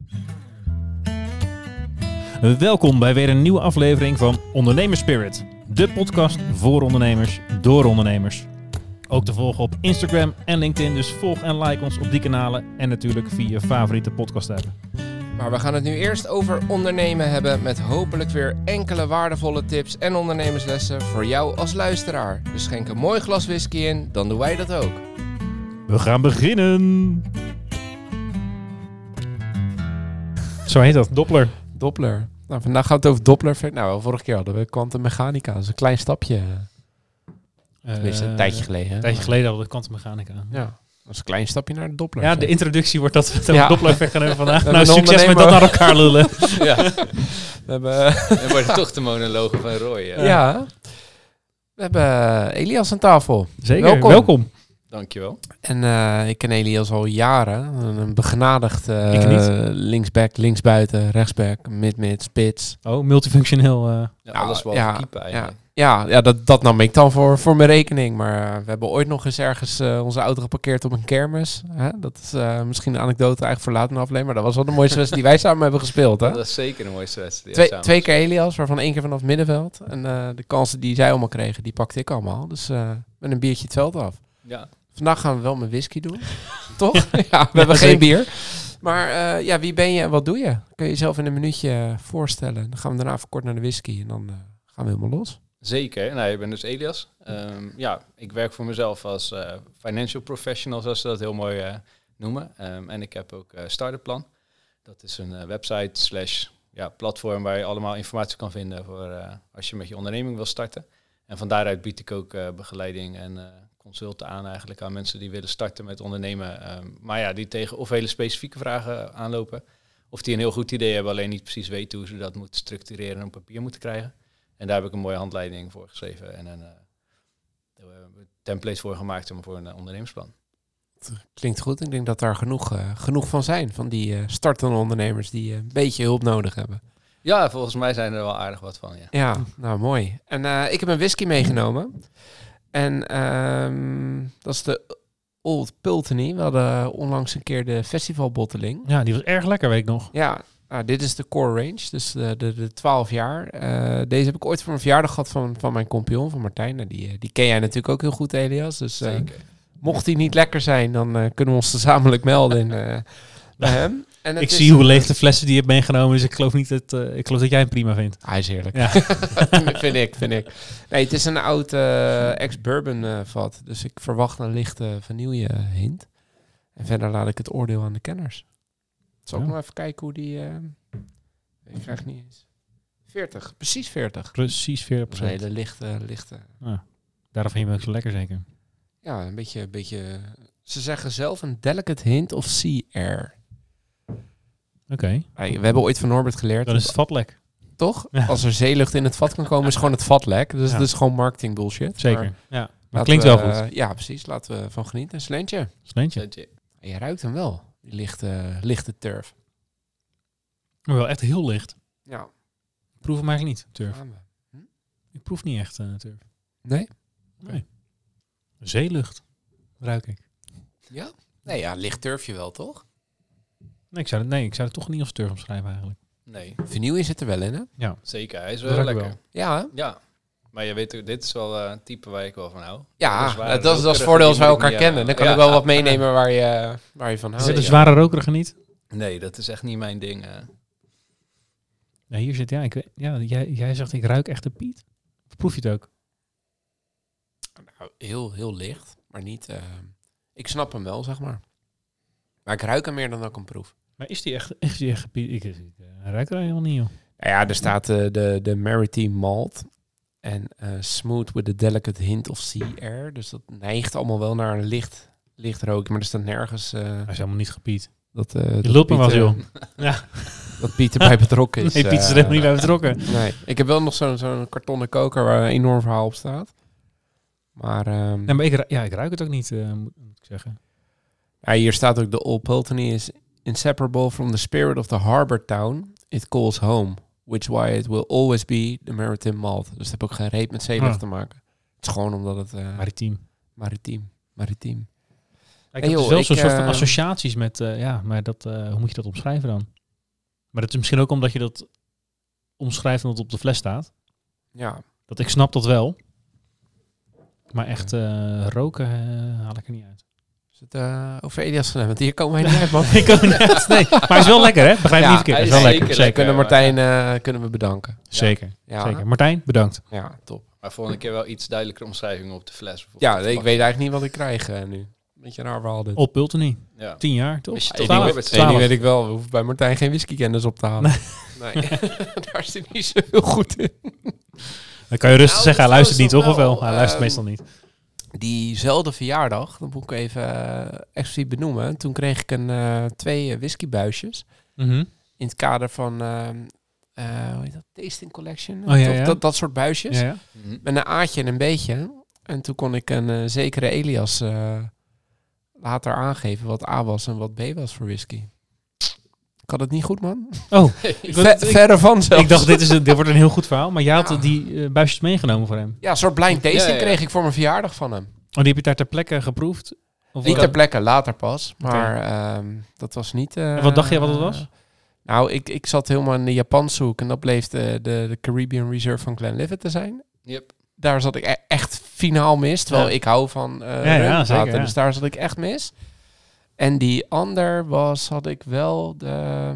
Welkom bij weer een nieuwe aflevering van Ondernemerspirit. De podcast voor ondernemers, door ondernemers. Ook te volgen op Instagram en LinkedIn, dus volg en like ons op die kanalen. En natuurlijk via je favoriete podcast app. Maar we gaan het nu eerst over ondernemen hebben met hopelijk weer enkele waardevolle tips en ondernemerslessen voor jou als luisteraar. Dus schenk een mooi glas whisky in, dan doen wij dat ook. We gaan beginnen! Zo heet dat, Doppler. Doppler. Nou, vandaag gaat het over Doppler. Nou, vorige keer hadden we kwantummechanica. Dat is een klein stapje. Tenminste, een tijdje geleden. Een tijdje geleden hadden we kwantummechanica. Ja, dat is een klein stapje naar de Doppler. Ja, de introductie wordt dat we het over Doppler-effect gaan hebben vandaag. We Nou, hebben succes met dat naar elkaar lullen. Ja, We hebben... dan wordt het toch de monologen van Roy. Hè? Ja. We hebben Elias aan tafel. Zeker, welkom. Dankjewel. En ik ken Elias al jaren. Een begenadigd Ik niet. linksback, linksbuiten, rechtsback, mid, spits. Oh, multifunctioneel. Ja, alles behalve keeper eigenlijk. Ja, dat nam ik dan voor mijn rekening. Maar we hebben ooit nog eens ergens onze auto geparkeerd op een kermis. Hè? Dat is misschien een anekdote eigenlijk voor later aflevering. Maar dat was wel de mooiste wedstrijd die wij samen hebben gespeeld. Hè? Dat is zeker een mooiste wedstrijd. Twee keer Elias, waarvan 1 keer vanaf het middenveld. En de kansen die zij allemaal kregen, die pakte ik allemaal. Dus met een biertje het veld af. Ja. Vandaag gaan we wel met whisky doen. Toch? Ja, we hebben geen bier. Maar wie ben je en wat doe je? Kun je jezelf in een minuutje voorstellen. Dan gaan we daarna even kort naar de whisky en dan gaan we helemaal los. Zeker. Nou, ik ben dus Elias. Ik werk voor mezelf als financial professional, zoals ze dat heel mooi noemen. En ik heb ook Startup Plan. Dat is een website / platform waar je allemaal informatie kan vinden voor als je met je onderneming wil starten. En van daaruit bied ik ook begeleiding en consulten aan eigenlijk aan mensen die willen starten met ondernemen. Maar die tegen of hele specifieke vragen aanlopen. Of die een heel goed idee hebben, alleen niet precies weten hoe ze dat moeten structureren en op papier moeten krijgen. En daar heb ik een mooie handleiding voor geschreven en een template voor gemaakt voor een ondernemersplan. Klinkt goed. Ik denk dat daar genoeg van zijn. Van die startende ondernemers die een beetje hulp nodig hebben. Ja, volgens mij zijn er wel aardig wat van, ja. Ja, nou mooi. En ik heb een whisky meegenomen. En dat is de Old Pulteney. We hadden onlangs een keer de festivalbotteling. Ja, die was erg lekker, weet ik nog. Ja, dit is de core range, dus de 12 jaar. Deze heb ik ooit voor mijn verjaardag gehad van mijn compagnon, van Martijn. Nou, die ken jij natuurlijk ook heel goed, Elias. Dus Zeker. Mocht die niet lekker zijn, dan kunnen we ons gezamenlijk melden bij hem. En Ik zie hoe leeg de flessen die je hebt meegenomen, dus ik geloof dat jij hem prima vindt. Hij is heerlijk. Ja. vind ik. Nee, het is een oud ex-bourbon vat, dus ik verwacht een lichte vanille hint. En verder laat ik het oordeel aan de kenners. Zal ik nog even kijken hoe die... ik krijg niet eens... 40, precies 40. Precies 40%. Dat is een hele lichte... Daarom vind je hem ook zo lekker, zeker. Ja, een beetje... Ze zeggen zelf een delicate hint of sea air. Oké. We hebben ooit van Norbert geleerd... Dat is het vatlek. Toch? Ja. Als er zeelucht in het vat kan komen, is gewoon het vat lek. Dus dat is gewoon marketing bullshit. Zeker. Maar Maar klinkt wel goed. Ja, precies. Laten we van genieten. Sleentje. Sleentje. En je ruikt hem wel. Die lichte turf. Wel echt heel licht. Ja. Ik proef hem eigenlijk niet, turf. Gaan we. Ik proef niet echt turf. Nee? Nee. Zeelucht ruik ik. Ja? Nee, ja, licht turfje wel, toch? Nee, ik zou het toch niet als turf omschrijven eigenlijk. Nee, Vanille zit er wel in, hè? Ja. zeker. Hij is Dat wel ruik ik lekker. Ja, hè? Ja. Maar je weet ook, dit is wel een type waar ik wel van hou. Ja, Zware dat is het rokerige, voordeel als wij die moet elkaar ik niet kennen. Dan hebben. kan ik wel wat meenemen waar je van Is houdt. het een zware rokerige niet? Nee, dat is echt niet mijn ding. Ja, hier zit, jij zegt ik ruik echt de Piet. Of proef je het ook? Nou, heel licht, maar niet... ik snap hem wel, zeg maar. Maar ik ruik hem meer dan dat ik hem proef. Maar is die echt gepiet? Ik ruik er helemaal niet, joh. Nou ja, er staat de Maritime Malt. En smooth with a delicate hint of sea air. Dus dat neigt allemaal wel naar een licht roken. Maar er staat nergens... Hij is helemaal niet gepiet. Je lult me wel, joh. Ja. Dat Piet erbij betrokken is. Nee, Piet is er helemaal niet bij betrokken. Nee, ik heb wel nog zo'n kartonnen koker waar een enorm verhaal op staat. Maar... Nee, maar ik ruik het ook niet, moet ik zeggen. Ja, hier staat ook de Old Pulteney is inseparable from the spirit of the harbor town. It calls home. Which why it will always be the maritime malt. Dus het heeft ook geen reet met zeelucht te maken. Het is gewoon omdat het... Maritiem. Ik heb dus wel zo'n soort van associaties met... maar hoe moet je dat omschrijven dan? Maar dat is misschien ook omdat je dat omschrijft en dat het op de fles staat. Ja. Dat ik snap dat wel. Maar echt roken haal ik er niet uit. Is het over Elias gedaan? Want hier komen wij niet uit, man. Ik ook niet. Nee. Maar hij is wel lekker, hè? Begrijp me niet verkeerd. Hij is wel lekker. Zeker. Kunnen Martijn kunnen we bedanken. Zeker. Ja. Zeker. Martijn, bedankt. Ja, top. Maar volgende keer wel iets duidelijker omschrijvingen op de fles. Ja, ik weet eigenlijk niet wat ik krijg nu. Beetje raar verhaal dit. Op Pulteny. Ja. 10 jaar, toch? Wist je 12. toch niet? Eén ding weet ik wel. We hoeven bij Martijn geen whiskykennis op te halen. Nee. Daar is hij niet zo heel goed in. Dan kan je rustig Nou, zeggen, hij luistert niet, toch? Of wel? wel, Hij luistert meestal niet. Diezelfde verjaardag, dat moet ik even expliciet benoemen. Toen kreeg ik 2 whiskybuisjes. Mhm. In het kader van, hoe heet dat? Tasting Collection. Oh, ja, ja. Dat soort buisjes. Ja, ja. Met een A'tje en een B'tje. En toen kon ik een zekere Elias later aangeven wat A was en wat B was voor whisky. Ik had het niet goed, man. Oh, Verre van zelfs. ik dacht, dit wordt een heel goed verhaal. Maar jij had die buisjes meegenomen voor hem. Ja, een soort blind tasting Ja. kreeg ik voor mijn verjaardag van hem. Oh, die heb je daar ter plekke geproefd? Of Niet ter plekke, later pas. Maar dat was niet... En wat dacht je wat het was? Nou, ik zat helemaal in de Japanse hoek. En dat bleef de Caribbean Reserve van Glenlivet te zijn. Yep. Daar zat ik echt finaal mis. Terwijl ik hou van reumwater, zeker, ja. dus daar zat ik echt mis. En die ander had ik wel de...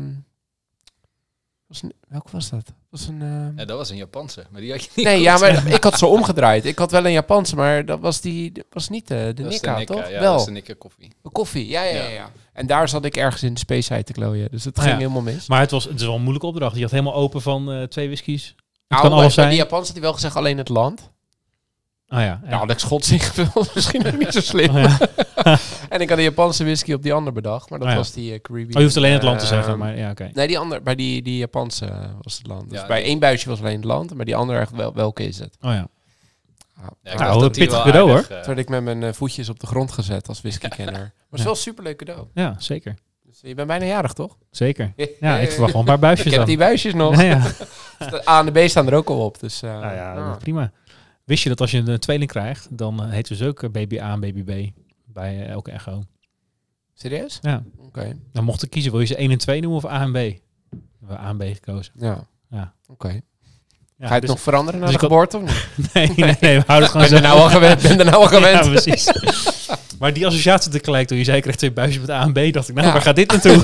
welke was dat? Was een... Ja, dat was een Japanse, maar die had je niet Nee, goed. ja, maar ik had ze omgedraaid. Ik had wel een Japanse, maar dat was niet de Dat was Nikka, Nikka, toch? Ja, wel. dat was de Nikka koffie. De koffie, ja. Ja. En daar zat ik ergens in de Space Side te klooien. Dus het ging helemaal mis. Maar het is wel een moeilijke opdracht. Je had helemaal open van 2 whiskies. Het Nou, kan alles bij zijn. die Japans had hij wel gezegd alleen het land. Ah ja. Nou, had ik Schots ingevuld. Misschien ook niet zo slim. Oh, ja. En ik had de Japanse whisky op die ander bedacht. Maar dat Oh, ja. was die Caribbean. Oh, je hoeft alleen het land te zeggen. Maar ja, oké. Nee, die ander, bij die Japanse was het land. Dus Ja, bij die- één buisje was alleen het land. Maar die andere echt welke is het? Oh ja. Ja, ik Nou, dacht dat een die pittig wel cadeau, aardig, Toen werd ik met mijn voetjes op de grond gezet als whiskykenner. Maar het is wel een superleuk cadeau. Ja, zeker. Dus je bent bijna jarig, toch? Zeker. Ja, ik verwacht wel een paar buisjes Ik heb dan. die buisjes nog. Ja, ja. De A en de B staan er ook al op. Dus, Nou ja, prima. Wist je dat als je een tweeling krijgt, dan heet dus ook baby A en baby B bij elke echo. Serieus? Ja. Oké. Dan mocht ik kiezen, wil je ze 1 en 2 noemen of A en B? We hebben A en B gekozen. Ja. Ja. Oké. Ja, Ga je het dus- nog veranderen na dus de ik had- geboorte of niet? Nee, we houden het gewoon Ben er nou al gewend? Ja, precies. Maar die associatie tegelijk, toen je zei, ik krijg 2 buisjes met A en B, dacht ik, nou, Ja. waar gaat dit naartoe?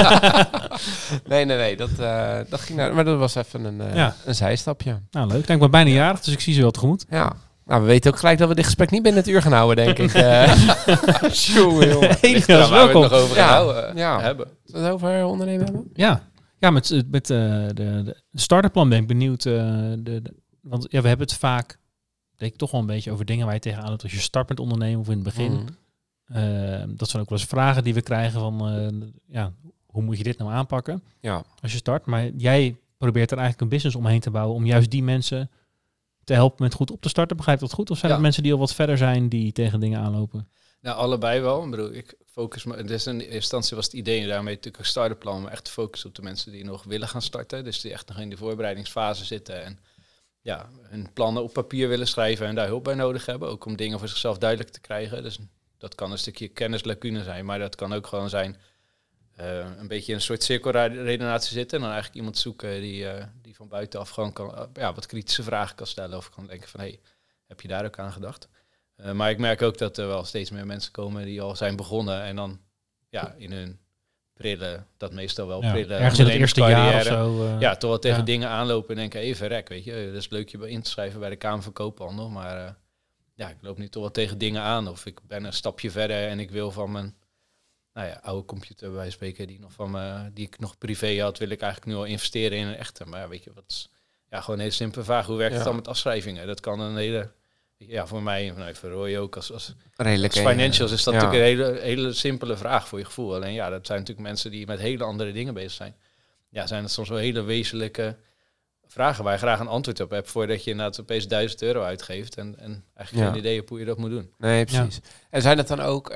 Nee. Dat ging naar... Maar dat was even een zijstapje. Nou, leuk. Ik ben bijna jarig, dus ik zie ze wel tegemoet. Ja. Nou, we weten ook gelijk dat we dit gesprek niet binnen het uur gaan houden, denk ik. Tjoe, jongen. Ligt eraan waar we het welkom. nog over Ja. gehouden Ja. hebben. Zullen we het over ondernemen hebben? Ja, met de starterplan ben ik benieuwd. Want ja, we hebben het vaak, denk ik, toch wel een beetje over dingen waar je tegenaan loopt als je start met ondernemen of in het begin. Dat zijn ook wel eens vragen die we krijgen van, hoe moet je dit nou aanpakken Ja. als je start? Maar jij probeert er eigenlijk een business omheen te bouwen om juist die mensen te helpen met goed op te starten. Begrijp ik dat goed? Of zijn Ja. het mensen die al wat verder zijn die tegen dingen aanlopen? Nou, allebei wel. Ik bedoel, ik focus me. Dus in eerste instantie was het idee, en daarmee natuurlijk een starterplan, maar echt te focussen op de mensen die nog willen gaan starten. Dus die echt nog in de voorbereidingsfase zitten en ja, hun plannen op papier willen schrijven en daar hulp bij nodig hebben. Ook om dingen voor zichzelf duidelijk te krijgen. Dus dat kan een stukje kennislacune zijn, maar dat kan ook gewoon zijn een beetje in een soort cirkelredenatie zitten en dan eigenlijk iemand zoeken die van buitenaf gewoon wat kritische vragen kan stellen of kan denken van, hey, heb je daar ook aan gedacht? Maar ik merk ook dat er wel steeds meer mensen komen die al zijn begonnen en dan in hun prille, dat meestal wel Ja, prille ergens in het eerste jaar of ondernemingscarrière, zo. ja, toch wel tegen ja. dingen aanlopen en denken, even rek, weet je, dat is leuk je in te schrijven bij de Kamer van Koophandel, maar ik loop nu toch wel tegen dingen aan of ik ben een stapje verder en ik wil van mijn oude computer bij wijze van spreken die ik nog privé had, wil ik eigenlijk nu al investeren in een echte. Maar weet je, wat is gewoon een hele simpele vraag. Hoe werkt het dan met afschrijvingen? Dat kan een hele, voor mij, voor Roy ook als Redelijk. financials is dat natuurlijk een hele simpele vraag voor je gevoel. Alleen dat zijn natuurlijk mensen die met hele andere dingen bezig zijn. Ja, zijn het soms wel hele wezenlijke vragen waar je graag een antwoord op hebt voordat je inderdaad opeens €1000 uitgeeft en eigenlijk geen idee hebt hoe je dat moet doen. Nee, precies. Ja. En zijn het dan ook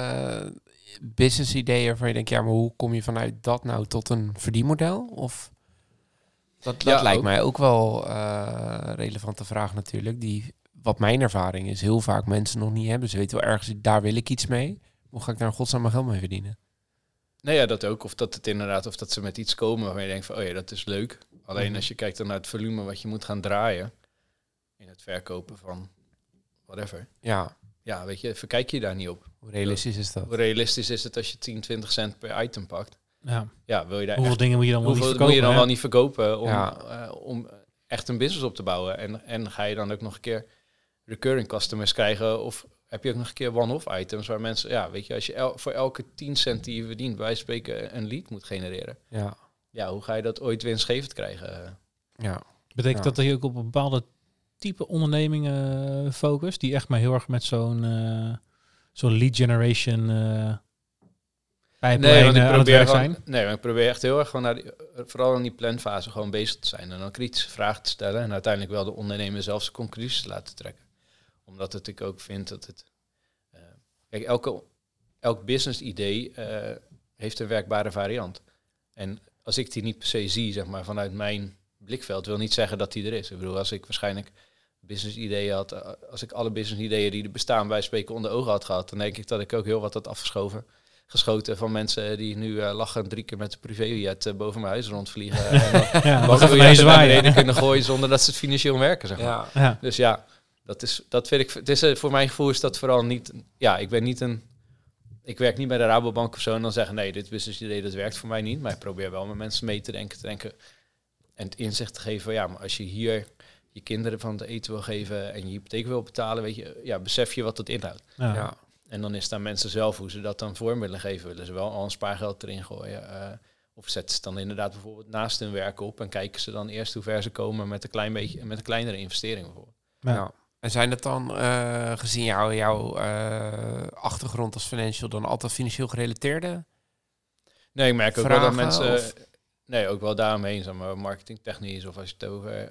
business ideeën waarvan je denkt, ja, maar hoe kom je vanuit dat nou tot een verdienmodel? Of dat lijkt ook mij ook wel relevante vraag natuurlijk. Die, wat mijn ervaring is, heel vaak mensen nog niet hebben. Ze weten wel ergens, daar wil ik iets mee. Hoe ga ik daar in godsnaam mijn geld mee verdienen? Nee, ja, dat ook. Of dat het inderdaad, of dat ze met iets komen waarvan je denkt van, oh ja, dat is leuk. Alleen als je kijkt dan naar het volume wat je moet gaan draaien in het verkopen van whatever. Ja. Ja, weet je, verkijk je daar niet op. Hoe realistisch is dat? Hoe realistisch is het als je 10, 20 cent per item pakt? Ja. Ja, wil je daar Hoeveel dingen moet je dan wel niet hoeveel verkopen? moet je dan hè? wel niet verkopen om, Ja. om echt een business op te bouwen? En ga je dan ook nog een keer recurring customers krijgen? Of heb je ook nog een keer one-off items waar mensen... Ja, weet je, als je voor elke 10 cent die je verdient, bij wijze van spreken een lead moet genereren. Ja. Ja, hoe ga je dat ooit winstgevend krijgen? Ja. Betekent dat je ook op een bepaalde type ondernemingen focust, die echt maar heel erg met zo'n lead generation pijplijn aan het werk zijn? Nee, maar ik probeer echt heel erg gewoon vooral in die planfase gewoon bezig te zijn. En dan kritische vragen te stellen. En uiteindelijk wel de ondernemer zelf zijn conclusies te laten trekken. Omdat het ik ook vind dat het... kijk, elk business idee heeft een werkbare variant. En als ik die niet per se zie, zeg maar, vanuit mijn blikveld, wil niet zeggen dat die er is. Ik bedoel, als ik waarschijnlijk business ideeën had, als ik alle business ideeën die er bestaan bij spreken onder ogen had gehad, dan denk ik dat ik ook heel wat had geschoten van mensen die nu lachen 3 keer met de privéjet boven mijn huis rondvliegen. En wat wil je naar beneden kunnen gooien zonder dat ze het financieel merken, zeg maar. Ja. Ja. Dus ja, dat vind ik. Het is, voor mijn gevoel is dat vooral niet. Ja, ik werk niet bij de Rabobank of zo en dan zeggen nee, dit business idee dat werkt voor mij niet. Maar ik probeer wel met mensen mee te denken en het inzicht te geven van ja, maar als je hier je kinderen van het eten wil geven en je hypotheek wil betalen, weet je, ja, besef je wat het inhoudt. Ja. Ja. En dan is het aan mensen zelf hoe ze dat dan vorm willen geven. Willen ze wel al een spaargeld erin gooien? Of zetten ze dan inderdaad bijvoorbeeld naast hun werk op en kijken ze dan eerst hoe ver ze komen met een kleinere investering bijvoorbeeld. Ja. Ja. En zijn het dan, gezien jouw achtergrond als financial, dan altijd financieel gerelateerde? Nee, ik merk ook wel dat Vragen, mensen... of? Nee, ook wel daaromheen, zeg maar, marketingtechnisch of als je het over...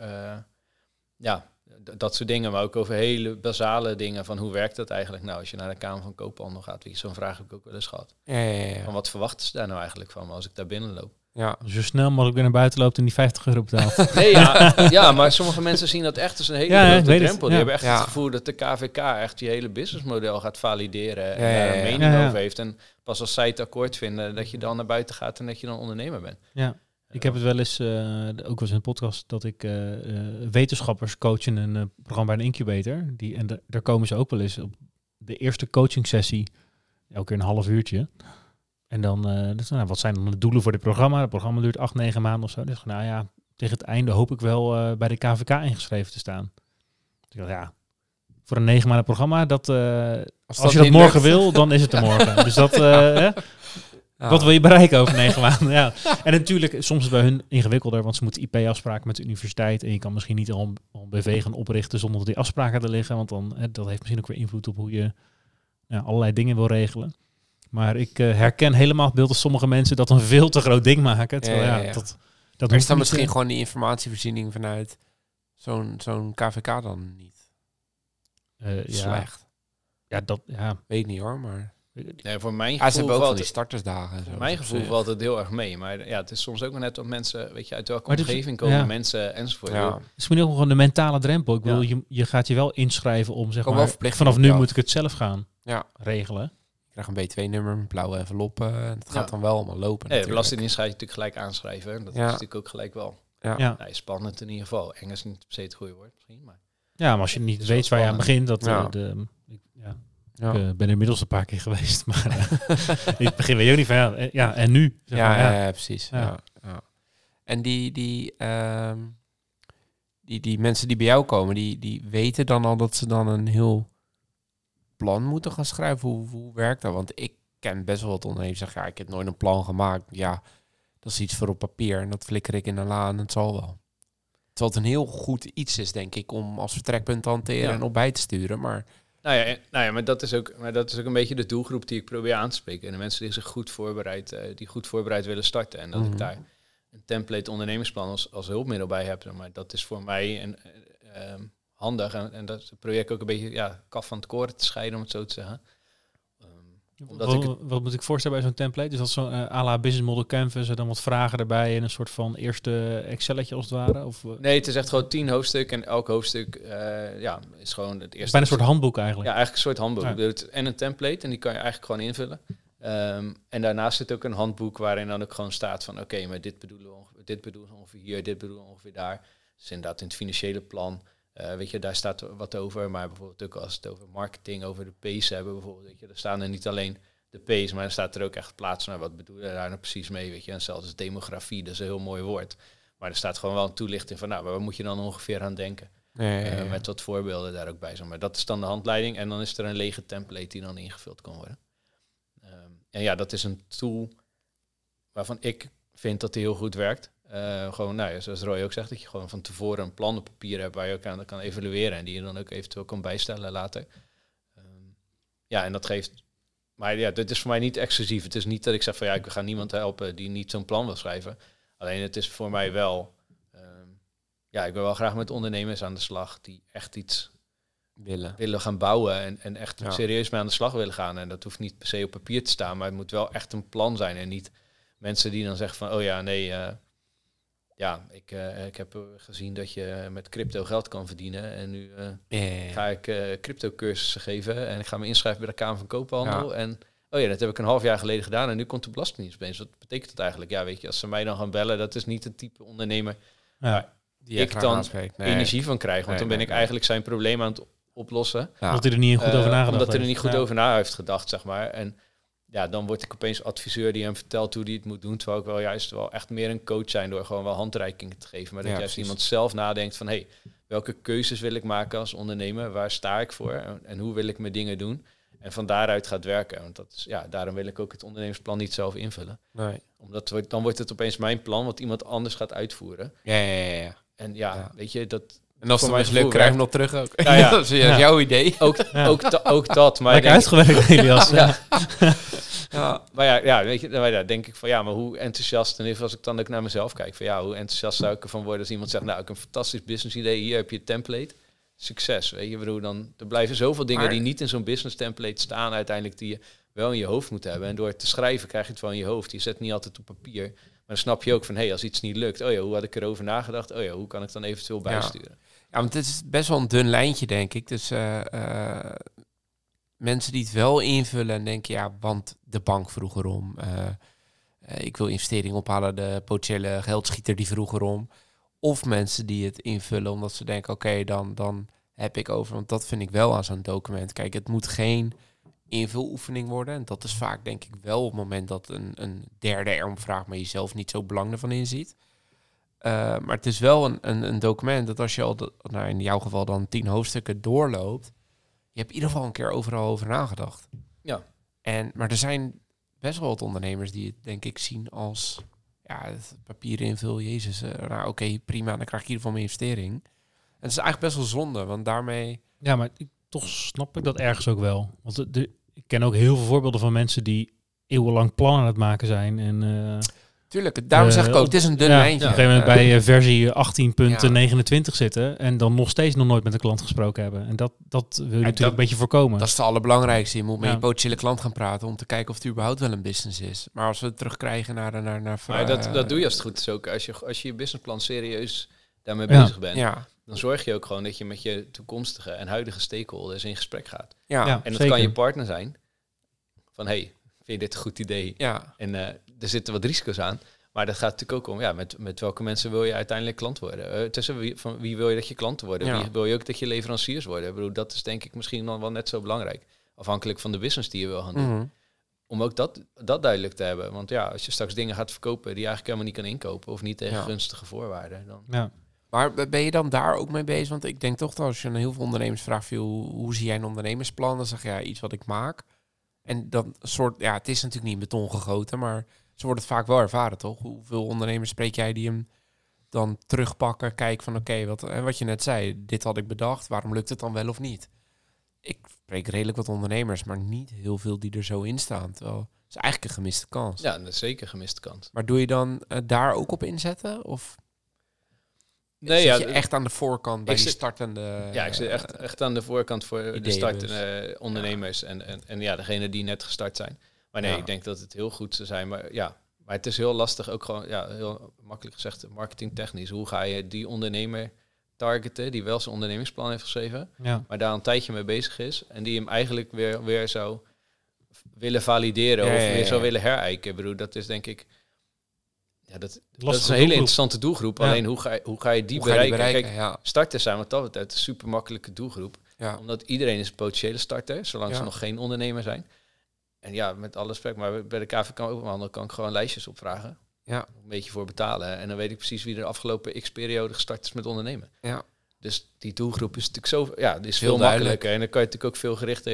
dat soort dingen, maar ook over hele basale dingen van hoe werkt dat eigenlijk nou als je naar de Kamer van Koophandel gaat. Zo'n vraag heb ik ook wel eens gehad. Ja. Van wat verwachten ze daar nou eigenlijk van als ik daar binnenloop? Ja. Dus zo snel mogelijk weer naar buiten loopt en die €50 betaalt. Nee, ja, maar sommige mensen zien dat echt als een hele Ja, ik grote weet het. drempel. Die Ja. hebben echt Ja. het gevoel dat de KVK echt die hele businessmodel gaat valideren en Ja, daar ja, een ja. mening Ja, ja. over heeft. En pas als zij het akkoord vinden, dat je dan naar buiten gaat en dat je dan ondernemer bent. Ja. Ik heb het wel eens, ook wel eens in een podcast, dat ik wetenschappers coach in een programma bij een incubator. Daar komen ze ook wel eens op de eerste coaching sessie, elke keer een half uurtje. En dan, wat zijn dan de doelen voor dit programma? Het programma duurt 8-9 maanden of zo. Dus nou ja, tegen het einde hoop ik wel bij de KVK ingeschreven te staan. Dus ik dacht, ja, voor een 9 maanden programma, als je dat niet morgen lukt. wil, dan is het er morgen. Dus dat... Wat wil je bereiken over 9 maanden? Ja. En natuurlijk, soms is het bij hun ingewikkelder, want ze moeten IP-afspraken met de universiteit. En je kan misschien niet al een BV gaan oprichten zonder dat die afspraken er liggen. Want dan, dat heeft misschien ook weer invloed op hoe je allerlei dingen wil regelen. Maar ik herken helemaal het beeld dat sommige mensen dat een veel te groot ding maken. Terwijl, Ja. dat Maar is dan misschien gewoon die informatievoorziening vanuit zo'n KVK dan niet slecht? Ja, Weet niet hoor, maar... Nee, voor mijn Ze gevoel hebben ook van valt die startersdagen en zo. voor mijn dus op gevoel zich. valt het heel erg mee. Maar ja, het is soms ook wel net wat mensen, weet je, uit welke Maar dit is- omgeving komen ja. mensen enzovoort. Ja. Het is misschien ook gewoon de mentale drempel. Ik bedoel, Ja. je gaat je wel inschrijven om, zeg Kom wel maar, verplicht vanaf op nu je moet af. ik het zelf gaan Ja. regelen. Ik krijg een B2-nummer, een blauwe envelop. En het gaat Ja. dan wel allemaal lopen. Nee, natuurlijk. belastingdienst ga je natuurlijk gelijk aanschrijven. Dat Ja. is natuurlijk ook gelijk wel Ja. spannend in ieder geval. Eng is niet per se het goede woord misschien, maar... Ja, maar als je niet is weet wel waar je aan spannend. begint, Ja. ik ben inmiddels een paar keer geweest, maar in het begin weet je ook niet van, en nu? Zeg maar, Ja, precies. Ja. Ja. En die mensen die bij jou komen, die weten dan al dat ze dan een heel plan moeten gaan schrijven. Hoe werkt dat? Want ik ken best wel wat ondernemers die zeggen, ik heb nooit een plan gemaakt. Ja, dat is iets voor op papier en dat flikker ik in een la en het zal wel. Terwijl het een heel goed iets is, denk ik, om als vertrekpunt te hanteren en op bij te sturen. Maar Nou ja, maar dat is ook een beetje de doelgroep die ik probeer aan te spreken. En de mensen die zich goed voorbereid willen starten. En dat ik daar een template ondernemersplan als hulpmiddel bij heb. Maar dat is voor mij handig. En dat is het project ook een beetje kaf van het koren te scheiden, om het zo te zeggen. Wat moet ik voorstellen bij zo'n template? Is dat zo'n à la business model canvas en dan wat vragen erbij en een soort van eerste Excelletje als het ware? Of, Nee, het is echt gewoon 10 hoofdstukken en elk hoofdstuk is gewoon het eerste. bijna een soort handboek eigenlijk. Ja, eigenlijk een soort handboek. Ja. En een template en die kan je eigenlijk gewoon invullen. En daarnaast zit ook een handboek waarin dan ook gewoon staat van oké, maar dit bedoelen we ongeveer hier, dit bedoelen we ongeveer daar. Dus inderdaad in het financiële plan, weet je, daar staat wat over. Maar bijvoorbeeld ook als het over marketing, over de P's hebben bijvoorbeeld, weet je, er staan er niet alleen de P's, maar er staat er ook echt plaats naar wat bedoelen we daar nou precies mee, weet je. En zelfs demografie, dat is een heel mooi woord. Maar er staat gewoon wel een toelichting van, nou, waar moet je dan ongeveer aan denken? Met wat voorbeelden daar ook bij zijn. Maar dat is dan de handleiding en dan is er een lege template die dan ingevuld kan worden. En ja, dat is een tool waarvan ik vind dat die heel goed werkt. Gewoon, nou ja, zoals Roy ook zegt, dat je gewoon van tevoren een plan op papier hebt waar je ook aan kan evalueren en die je dan ook eventueel kan bijstellen later. Ja, en dat geeft... Maar ja, dit is voor mij niet exclusief. Het is niet dat ik zeg van ja, ik ga niemand helpen die niet zo'n plan wil schrijven. Alleen het is voor mij wel... ja, ik wil wel graag met ondernemers aan de slag die echt iets willen gaan bouwen en echt serieus mee aan de slag willen gaan. En dat hoeft niet per se op papier te staan, maar het moet wel echt een plan zijn. En niet mensen die dan zeggen van, oh ja, nee, ik heb gezien dat je met crypto geld kan verdienen. En nu ga ik crypto cursussen geven en ik ga me inschrijven bij de Kamer van Koophandel. Ja. En oh ja, dat heb ik een half jaar geleden gedaan en nu komt de Belastingdienst opeens. Wat betekent dat eigenlijk? Ja, weet je, als ze mij dan gaan bellen, dat is niet het type ondernemer die ik dan energie van krijg. Want dan ben ik eigenlijk zijn probleem aan het oplossen. Ja. Omdat hij er niet goed over nagedacht Omdat hij er niet goed over na heeft gedacht, zeg maar. En ja, dan word ik opeens adviseur die hem vertelt hoe hij het moet doen. Terwijl ik wel juist wel echt meer een coach zijn door gewoon wel handreikingen te geven. Maar dat juist iemand zelf nadenkt van, hey, welke keuzes wil ik maken als ondernemer? Waar sta ik voor? En hoe wil ik mijn dingen doen? En van daaruit gaat werken. Want dat is, ja, daarom wil ik ook het ondernemersplan niet zelf invullen. Nee. Omdat dan wordt het opeens mijn plan wat iemand anders gaat uitvoeren. Ja. En weet je, dat... En als het mislukt, krijg je hem nog terug ook. Nou ja. Dat is jouw idee. Ook dat. Maar lekker uitgewerkt, Elias. Maar ja, weet je, denk ik van ja, maar hoe enthousiast, en even als ik dan ook naar mezelf kijk, van ja, hoe enthousiast zou ik ervan worden als iemand zegt, nou, ik heb een fantastisch business idee, hier heb je het template. Succes, weet je, bedoel, dan er blijven zoveel dingen die niet in zo'n business template staan uiteindelijk die je wel in je hoofd moet hebben. En door het te schrijven krijg je het wel in je hoofd. Je zet het niet altijd op papier. Maar dan snap je ook van, hey, als iets niet lukt, oh ja, hoe had ik erover nagedacht? Oh ja, hoe kan ik dan eventueel bijsturen? Ja, want het is best wel een dun lijntje, denk ik. Dus mensen die het wel invullen en denken, ja, want de bank vroeg erom. Ik wil investering ophalen, de potentiële geldschieter die vroeg erom. Of mensen die het invullen omdat ze denken, oké, dan heb ik over. Want dat vind ik wel aan zo'n document. Kijk, het moet geen invuloefening worden. En dat is vaak, denk ik, wel op het moment dat een derde erom vraagt, maar je zelf niet zo belang ervan inziet. Maar het is wel een document dat als je al, in jouw geval dan 10 hoofdstukken doorloopt, je hebt in ieder geval een keer overal over nagedacht. Ja. Maar er zijn best wel wat ondernemers die het, denk ik, zien als, ja, het papier invul, jezus, oké, prima, dan krijg ik in ieder geval mijn investering. En het is eigenlijk best wel zonde, want daarmee... Ja, maar toch snap ik dat ergens ook wel. Want ik ken ook heel veel voorbeelden van mensen die eeuwenlang plannen aan het maken zijn en... Tuurlijk, daarom zeg ik ook, het is een dun lijntje. Op een gegeven moment bij versie 18.29 zitten en dan nog steeds nog nooit met een klant gesproken hebben. En dat wil je natuurlijk een beetje voorkomen. Dat is het allerbelangrijkste. Je moet met je potentiële klant gaan praten om te kijken of het überhaupt wel een business is. Maar als we het terugkrijgen naar dat doe je als het goed is ook. Als je businessplan serieus daarmee bezig bent, dan zorg je ook gewoon dat je met je toekomstige en huidige stakeholders in gesprek gaat. Ja, en dat zeker. Kan je partner zijn van, hey, vind je dit een goed idee? Ja. En er zitten wat risico's aan. Maar dat gaat natuurlijk ook om, met welke mensen wil je uiteindelijk klant worden? Tussen wie wil je dat je klanten worden? Ja. Wie wil je ook dat je leveranciers worden? Ik bedoel, dat is denk ik misschien dan wel net zo belangrijk. Afhankelijk van de business die je wil gaan doen. Mm-hmm. Om ook dat duidelijk te hebben. Want ja, als je straks dingen gaat verkopen die je eigenlijk helemaal niet kan inkopen of niet tegen gunstige voorwaarden. Dan... Ja. Maar ben je dan daar ook mee bezig? Want ik denk toch dat als je aan heel veel ondernemers vraagt, hoe zie jij een ondernemersplan? Dan zeg je iets wat ik maak. En dan soort, het is natuurlijk niet in beton gegoten, maar zo wordt het vaak wel ervaren, toch? Hoeveel ondernemers spreek jij die hem dan terugpakken, kijken van oké, wat je net zei, dit had ik bedacht, waarom lukt het dan wel of niet? Ik spreek redelijk wat ondernemers, maar niet heel veel die er zo in staan. Terwijl het is eigenlijk een gemiste kans. Ja, dat is zeker een gemiste kans. Maar doe je dan daar ook op inzetten? Of zit je echt aan de voorkant bij die startende... Ja, ik zit echt aan de voorkant voor de startende ondernemers en degene die net gestart zijn. Maar nee, ik denk dat het heel goed zou zijn. Maar het is heel lastig, ook gewoon, heel makkelijk gezegd, marketingtechnisch. Hoe ga je die ondernemer targeten, die wel zijn ondernemingsplan heeft geschreven, maar daar een tijdje mee bezig is en die hem eigenlijk weer zou willen valideren of weer zou willen herijken. Ik bedoel, dat is denk ik... Ja, dat is een hele interessante doelgroep. Ja. Alleen hoe ga je die bereiken? Kijk, starters zijn wat dat betreft een super makkelijke doelgroep. Ja. Omdat iedereen is een potentiële starter, zolang ze nog geen ondernemer zijn. En ja, met alle respect, maar bij de KVK Openhandel kan ik gewoon lijstjes opvragen. Ja. Een beetje voor betalen. En dan weet ik precies wie er de afgelopen x-periode gestart is met ondernemen. Ja. Dus die doelgroep is natuurlijk zo... Ja, die is veel makkelijker. En dan kan je natuurlijk ook veel gerichter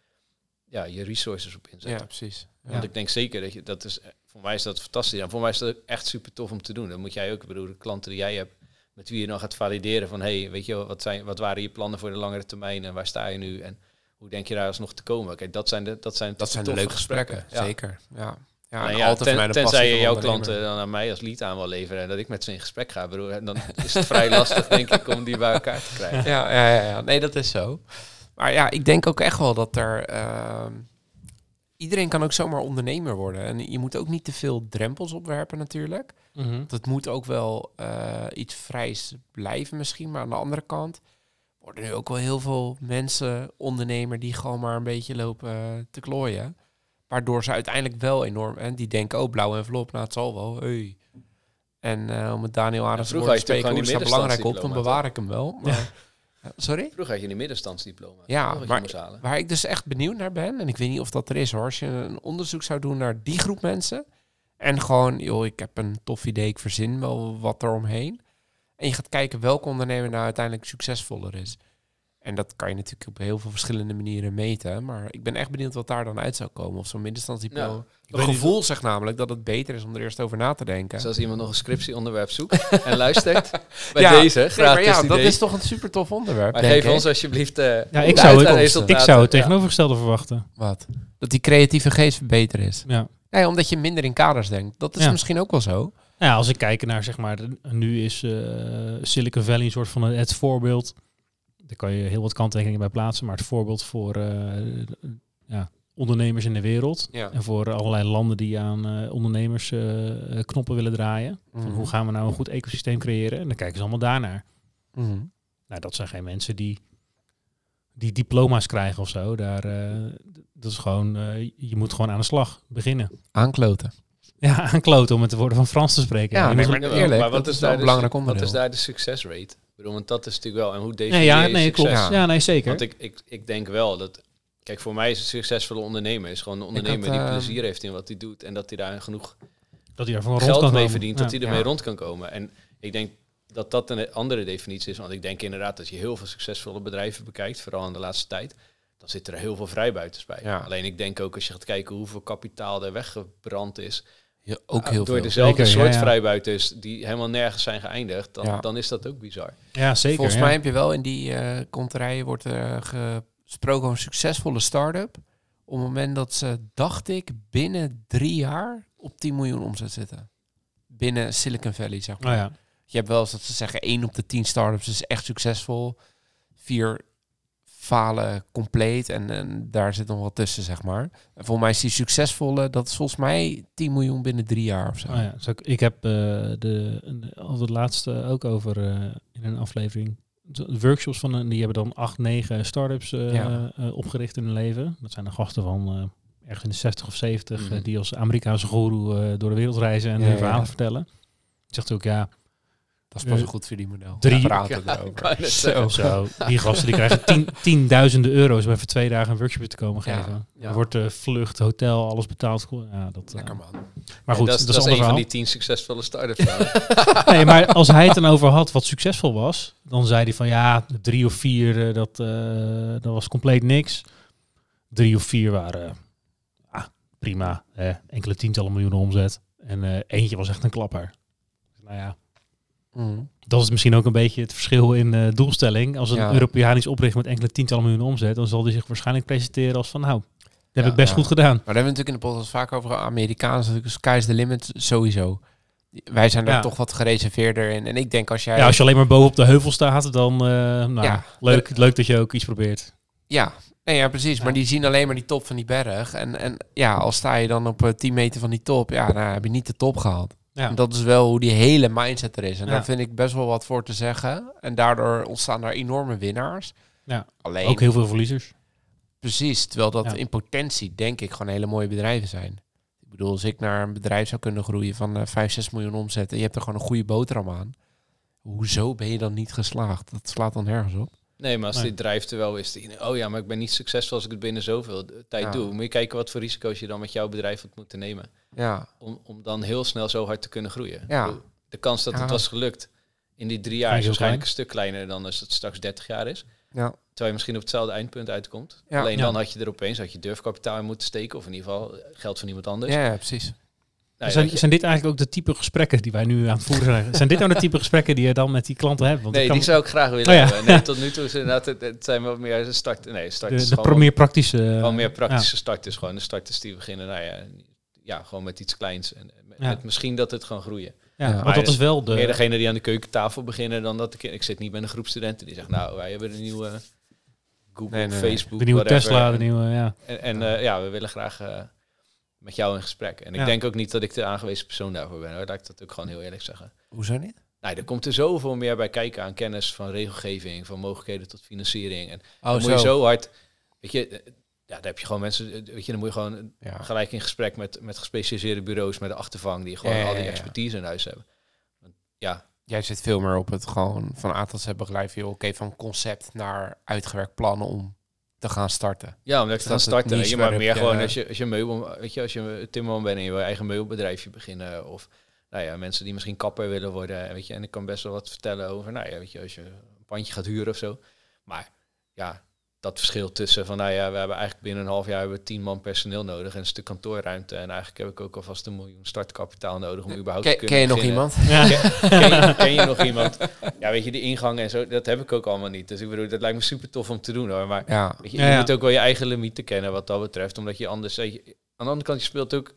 je resources op inzetten. Ja, precies. Ja. Want ik denk zeker dat is... Voor mij is dat fantastisch. En voor mij is dat echt super tof om te doen. Dan moet jij ook, de klanten die jij hebt, met wie je dan gaat valideren van, hey, weet je, wat waren je plannen voor de langere termijn en waar sta je nu en hoe denk je daar alsnog te komen? Kijk, dat zijn de leuke gesprekken. Ja. Zeker. Ja. Tenzij je jouw klanten dan aan mij als lead aan wil leveren en dat ik met ze in gesprek ga, dan is het vrij lastig, denk ik, om die bij elkaar te krijgen. Ja. Nee, dat is zo. Maar ja, ik denk ook echt wel dat er... Iedereen kan ook zomaar ondernemer worden. En je moet ook niet te veel drempels opwerpen natuurlijk. Mm-hmm. Het moet ook wel iets vrijs blijven misschien. Maar aan de andere kant worden nu ook wel heel veel mensen ondernemer die gewoon maar een beetje lopen te klooien. Waardoor ze uiteindelijk wel enorm... En die denken, blauwe envelop, het zal wel. Hey. En om het Daniel Arends te spreken, hoe is dat belangrijk op, dan bewaar ik hem wel. Maar, sorry? Vroeger had je een middenstandsdiploma. Ja, maar waar ik dus echt benieuwd naar ben, en ik weet niet of dat er is hoor, als je een onderzoek zou doen naar die groep mensen, en gewoon, ik heb een tof idee, ik verzin wel wat eromheen, en je gaat kijken welke ondernemer nou uiteindelijk succesvoller is. En dat kan je natuurlijk op heel veel verschillende manieren meten, maar ik ben echt benieuwd wat daar dan uit zou komen, of zo'n middenstandsdiploma. Ja. Het gevoel zegt namelijk dat het beter is om er eerst over na te denken. Dus als iemand nog een scriptieonderwerp zoekt en luistert bij deze, gratis dat is toch een super tof onderwerp. Maar geef ons alsjeblieft ik zou het tegenovergestelde verwachten. Wat? Dat die creatieve geest beter is. Ja. Nee, omdat je minder in kaders denkt. Dat is misschien ook wel zo. Ja, als ik kijk naar, zeg maar, nu is Silicon Valley een soort van het voorbeeld. Daar kan je heel wat kanttekeningen bij plaatsen, maar het voorbeeld voor ondernemers in de wereld. Ja. En voor allerlei landen die aan ondernemers knoppen willen draaien. Van hoe gaan we nou een goed ecosysteem creëren? En dan kijken ze allemaal daarnaar. Mm-hmm. Nou, dat zijn geen mensen die diploma's krijgen of zo. Dat is gewoon, je moet gewoon aan de slag beginnen. Aankloten. Ja, aankloten om het de woorden van Frans te spreken. Ja, maar eerlijk, maar wat is daar belangrijk onderdeel? Wat is daar de succesrate? Ik bedoel, want dat is natuurlijk wel, en hoe definieer je succes? Klopt. Ja, nee, zeker. Want ik denk wel dat, kijk, voor mij is een succesvolle ondernemer is gewoon een ondernemer die plezier heeft in wat hij doet en dat hij daar genoeg geld mee verdient, dat hij ermee rond kan komen. En ik denk dat dat een andere definitie is, want ik denk inderdaad dat je heel veel succesvolle bedrijven bekijkt, vooral in de laatste tijd, dan zitten er heel veel vrijbuiters bij. Ja. Alleen ik denk ook als je gaat kijken hoeveel kapitaal er weggebrand is, ook heel door veel. dezelfde soort vrijbuiters die helemaal nergens zijn geëindigd, dan is dat ook bizar. Ja, zeker. Volgens mij heb je wel in die konterijen wordt gesproken over een succesvolle start-up op het moment dat ze, dacht ik, binnen 3 jaar op 10 miljoen omzet zitten. Binnen Silicon Valley, zeg maar. Oh ja. Je hebt wel eens dat ze zeggen 1 op de 10 start-ups is echt succesvol. 4 falen compleet en daar zit nog wat tussen, zeg maar. En volgens mij is die succesvolle, dat is volgens mij 10 miljoen binnen 3 jaar of zo. Oh ja, dus ik heb al het laatste ook over in een aflevering. De workshops die hebben dan 8, 9 start-ups opgericht in hun leven. Dat zijn de gasten van ergens in de 60 of 70 die als Amerikaanse goeroe door de wereld reizen en hun verhalen vertellen. Zegt ook, dat is pas een goed verdienmodel. 3 Zo, die gasten die krijgen tienduizenden euro's om even 2 dagen een workshop te komen geven. Er wordt vlucht, hotel, alles betaald. Ja, dat, lekker man. Maar goed, dat is een van die 10 succesvolle start-ups. Nee, maar als hij het dan over had wat succesvol was, dan zei hij van 3 of 4, dat was compleet niks. 3 of 4 waren prima, enkele tientallen miljoenen omzet. En eentje was echt een klapper. Nou ja. Dat is misschien ook een beetje het verschil in doelstelling. Als een Europeaan iets opricht met enkele tientallen miljoenen omzet, dan zal hij zich waarschijnlijk presenteren als van dat heb ik best goed gedaan. Maar daar hebben we natuurlijk in de podcast vaak over Amerikaans. Sky's the limit, sowieso. Wij zijn er toch wat gereserveerder in. En ik denk als jij... Ja, als je alleen maar boven op de heuvel staat, dan leuk dat je ook iets probeert. Ja, nee, precies. Ja. Maar die zien alleen maar die top van die berg. En als sta je dan op 10 meter van die top, dan heb je niet de top gehaald. Ja. En dat is wel hoe die hele mindset er is. En daar vind ik best wel wat voor te zeggen. En daardoor ontstaan daar enorme winnaars. Ja. Alleen, ook heel veel verliezers. Precies, terwijl dat Ja. in potentie denk ik gewoon hele mooie bedrijven zijn. Ik bedoel, als ik naar een bedrijf zou kunnen groeien van 5-6 miljoen omzet en je hebt er gewoon een goede boterham aan. Hoezo ben je dan niet geslaagd? Dat slaat dan nergens op. Nee, maar als Nee. dit drijft er wel is, maar ik ben niet succesvol als ik het binnen zoveel tijd doe. Moet je kijken wat voor risico's je dan met jouw bedrijf had moeten nemen. Ja, Om dan heel snel zo hard te kunnen groeien. Ja. Ik bedoel, de kans dat het Ja. was gelukt in die 3 jaar Ja, is heel waarschijnlijk klein. een stuk kleiner dan als het straks 30 jaar is. ja. Terwijl je misschien op hetzelfde eindpunt uitkomt. Ja. Alleen Ja. dan had je er opeens durfkapitaal in moeten steken. Of in ieder geval geld van iemand anders. Ja, precies. Nou, Zijn dit eigenlijk ook de type gesprekken die wij nu aan het voeren zijn? Zijn dit nou de type gesprekken die je dan met die klanten hebt? Want nee, ik kan- die zou ik graag willen Oh ja. hebben. Nee, tot nu toe is inderdaad, het zijn wel meer start. Nee, start is de gewoon meer praktische... gewoon meer praktische starters. Gewoon de starters die beginnen, gewoon met iets kleins. En met misschien dat het gewoon groeien. Ja, Ja. want Maar dat is wel de... Meer degene die aan de keukentafel beginnen dan dat ik zit niet met een groep studenten die zegt, nou, wij hebben een nieuwe Google, Nee. Facebook, de nieuwe whatever. Tesla, de nieuwe... Ja. En we willen graag met jou in gesprek. En ik Ja. denk ook niet dat ik de aangewezen persoon daarvoor ben. Hoor. Laat ik dat ook gewoon heel eerlijk zeggen. Hoezo niet? Nou, er komt er zoveel meer bij kijken aan kennis van regelgeving, van mogelijkheden tot financiering. En Oh, dan moet je zo hard, weet je, daar heb je gewoon mensen, weet je, dan moet je gewoon Ja. gelijk in gesprek met gespecialiseerde bureaus, met de achtervang, die gewoon al die Ja. expertise in huis hebben. Want, ja, Jij zit veel meer op het gewoon van A tot Z begrijpen. Oké, van concept naar uitgewerkt plannen om te gaan starten. ja, omdat ik te gaan dat het starten. niche Weet je, maar waarop meer je- gewoon als je meubel, weet je, als je timmerman bent en je wil je eigen meubelbedrijfje beginnen, of nou ja, mensen die misschien kapper willen worden, weet je, en ik kan best wel wat vertellen over, nou ja, weet je, als je een pandje gaat huren of zo. Maar ja, dat verschil tussen van, nou ja, we hebben eigenlijk binnen een half jaar hebben we 10 man personeel nodig en een stuk kantoorruimte. En eigenlijk heb ik ook alvast 1 miljoen startkapitaal nodig om überhaupt te kunnen Ken je nog beginnen. iemand? Ken je nog iemand? Ja, weet je, die ingang en zo, dat heb ik ook allemaal niet. Dus ik bedoel, dat lijkt me super tof om te doen hoor. Maar Ja. weet je, Ja, je ja. moet ook wel je eigen limieten kennen wat dat betreft. Omdat je anders, weet je, aan de andere kant, je speelt ook,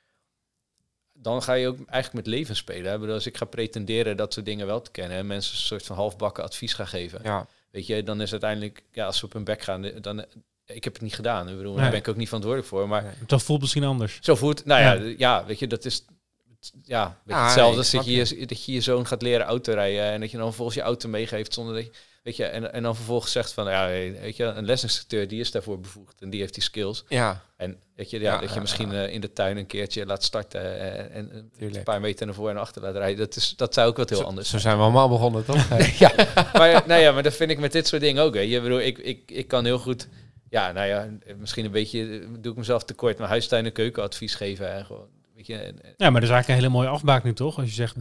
dan ga je ook eigenlijk met leven spelen. Hè? Ik bedoel, als ik ga pretenderen dat soort dingen wel te kennen en mensen een soort van halfbakken advies gaan geven. Ja. Weet je, dan is uiteindelijk, ja, als ze op hun bek gaan, dan, ik heb het niet gedaan. Ik bedoel, Nee. daar ben ik ook niet verantwoordelijk voor. Maar Dat voelt misschien anders. zo voelt, nou ja, weet je, dat is ja, weet je, hetzelfde nee, als snap dat je je zoon gaat leren autorijden en dat je dan vervolgens je auto meegeeft zonder dat je, weet je, en dan vervolgens zegt van, ja, weet je, een lesinstructeur die is daarvoor bevoegd en die heeft die skills. Ja, En weet je, Ja, dat je ja, misschien in de tuin een keertje laat starten en tuurlijk. een paar meter naar voor en achter laat rijden. Dat zou ook wat heel anders Zo zijn. zijn we allemaal begonnen, toch? Ja, maar dat vind ik met dit soort dingen ook. Hè. Je bedoel, ik kan heel goed, ja, nou ja, misschien een beetje, doe ik mezelf tekort, maar huistuin- en keukenadvies geven. En gewoon, weet je, Ja, maar dat is eigenlijk een hele mooie afbaak nu toch? Als je zegt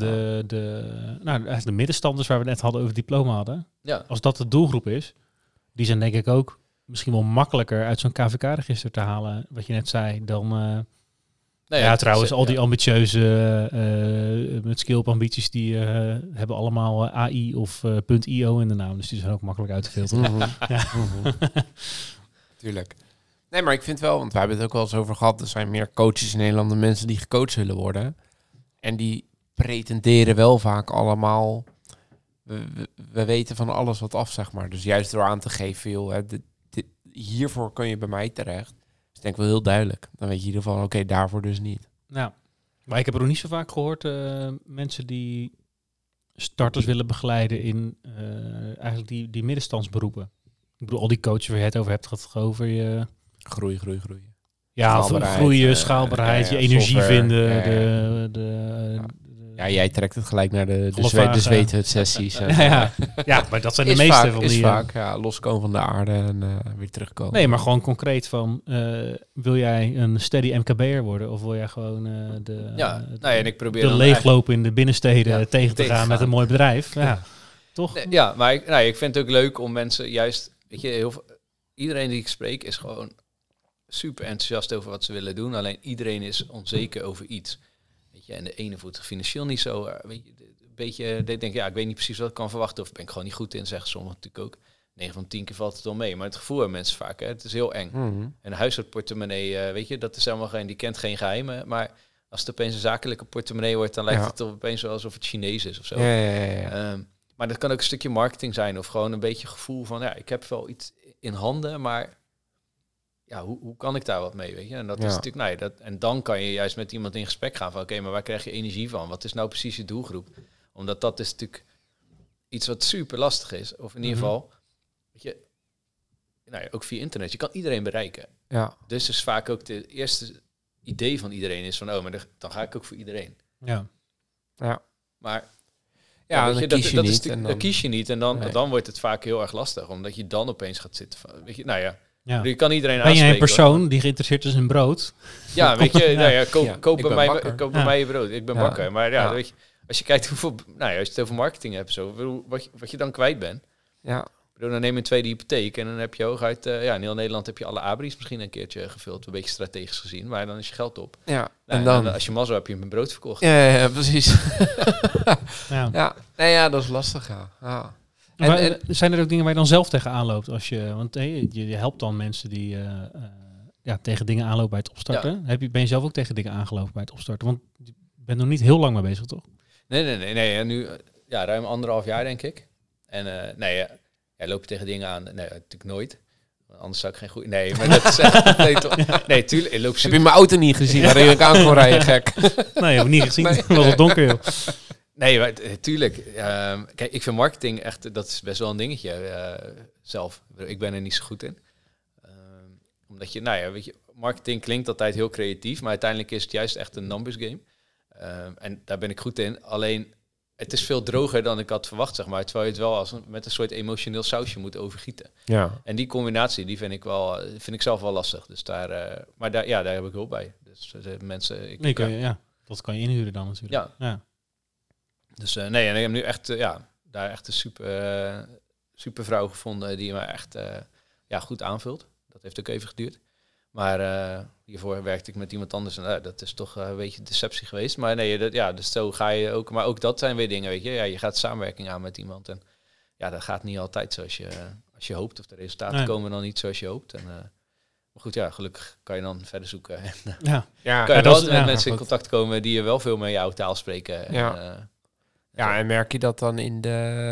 de middenstanders waar we net hadden over het diploma hadden. ja. Als dat de doelgroep is, die zijn denk ik ook misschien wel makkelijker uit zo'n KVK-register te halen. Wat je net zei, dan... Nou ja, trouwens, al die ja. ambitieuze met skill-ambities, die hebben allemaal AI of .io in de naam. Dus die zijn ook makkelijk uit te filteren. Mhm. Tuurlijk. Nee, maar ik vind wel, want wij hebben het ook wel eens over gehad, er zijn meer coaches in Nederland dan mensen die gecoacht willen worden. En die pretenderen wel vaak allemaal, we weten van alles wat af, zeg maar. Dus juist door aan te geven, joh, hè, hiervoor kun je bij mij terecht. Dus ik denk wel heel duidelijk. Dan weet je in ieder geval, oké, daarvoor dus niet. Nou, maar ik heb er nog niet zo vaak gehoord mensen die starters willen begeleiden in eigenlijk die middenstandsberoepen. Ik bedoel, al die coaches waar je het over hebt, gaat het over je... Groei. Ja, Schaalbaarheid, groeien, schaalbaarheid, ja, je energie software, vinden. ja. Ja, jij trekt het gelijk naar de Golfwagen. zweethut-sessies. Ja, maar dat zijn de is meeste vaak, van is die... vaak, ja, loskomen van de aarde en weer terugkomen. Nee, maar gewoon concreet van, wil jij een steady MKB'er worden? Of wil jij gewoon Ja, nou ja, en ik probeer de dan leeglopen in de binnensteden Ja, tegen te gaan tegengaan. met een mooi bedrijf? Ja, toch? Nee, ja, maar ik vind het ook leuk om mensen juist, weet je, iedereen die ik spreek is gewoon super enthousiast over wat ze willen doen. Alleen iedereen is onzeker over iets. Weet je, en de ene voelt zich financieel niet zo, weet je, een beetje, ik denk, ja, ik weet niet precies wat ik kan verwachten. Of ben ik gewoon niet goed in, zeggen sommigen natuurlijk ook. 9 van 10 keer valt het wel mee. Maar het gevoel hebben mensen vaak, hè, het is heel eng. Mhm. En een huishoudportemonnee, weet je, dat is helemaal die kent geen geheimen. Maar als het opeens een zakelijke portemonnee wordt, dan lijkt Ja. het opeens wel alsof het Chinees is of zo. Ja. Maar dat kan ook een stukje marketing zijn of gewoon een beetje gevoel van, ja, ik heb wel iets in handen, maar ja, hoe kan ik daar wat mee, weet je? En dat is natuurlijk, nou ja, en dan kan je juist met iemand in gesprek gaan van, oké, maar waar krijg je energie van? Wat is nou precies je doelgroep? Omdat dat is natuurlijk iets wat super lastig is. Of in ieder geval, weet je, ook via internet. Je kan iedereen bereiken. Ja. Dus is vaak ook de eerste idee van iedereen is van, maar dan ga ik ook voor iedereen. Ja. Maar Ja, weet dan je, kies je niet. dan kies je niet en dan wordt het vaak heel erg lastig, omdat je dan opeens gaat zitten van, weet je, Ja. je kan iedereen Ben jij aanspreken. een persoon die geïnteresseerd is in brood? Ja, weet je, koop ik bij ben mij, bakker. koop bij mij je brood. Ik ben Ja. bakker. Maar Ja. weet je, als je kijkt hoeveel, als je het over marketing hebt, zo, wat je dan kwijt bent. Ja. Ik bedoel, dan neem je een tweede hypotheek en dan heb je hooguit, in heel Nederland heb je alle abris misschien een keertje gevuld, een beetje strategisch gezien, maar dan is je geld op. Ja. Nou, En dan? als je mazzel heb je mijn brood verkocht. Ja, precies. Ja. Ja. Nee, ja, dat is lastig, ja. Maar, zijn er ook dingen waar je dan zelf tegenaan loopt? Want je helpt dan mensen die tegen dingen aanlopen bij het opstarten. Ben je zelf ook tegen dingen aangelopen bij het opstarten? Want je bent nog niet heel lang mee bezig, toch? Nee. En nu ruim 1,5 jaar, denk ik. En loop je tegen dingen aan? Nee, natuurlijk nooit. Anders zou ik geen goede... Nee, maar dat is echt... Nee, toch? Nee, tuurlijk. Ik loop Heb je mijn auto niet gezien waarin ik aan kon rijden, gek? Nee, heb ik niet gezien. Het was al donker, joh. Nee, maar tuurlijk. Kijk, ik vind marketing echt... Dat is best wel een dingetje zelf. Ik ben er niet zo goed in. Omdat je... weet je, marketing klinkt altijd heel creatief, maar uiteindelijk is het juist echt een numbers game. En daar ben ik goed in. Alleen, het is veel droger dan ik had verwacht, zeg maar. Terwijl je het wel met een soort emotioneel sausje moet overgieten. Ja. En die combinatie, die vind ik zelf wel lastig. Dus daar heb ik hulp bij. Dus de mensen... dat kan je inhuren dan natuurlijk. Ja. Dus en ik heb nu echt, daar echt een super vrouw gevonden die me echt goed aanvult. Dat heeft ook even geduurd. Maar hiervoor werkte ik met iemand anders en dat is toch een beetje deceptie geweest. Maar dus zo ga je ook. Maar ook dat zijn weer dingen, weet je. Ja, je gaat samenwerking aan met iemand en dat gaat niet altijd zoals je hoopt. Of de resultaten komen dan niet zoals je hoopt. En, maar goed, gelukkig kan je dan verder zoeken. En, kan je wel met mensen in contact komen die je wel veel met jouw taal spreken. En merk je dat dan in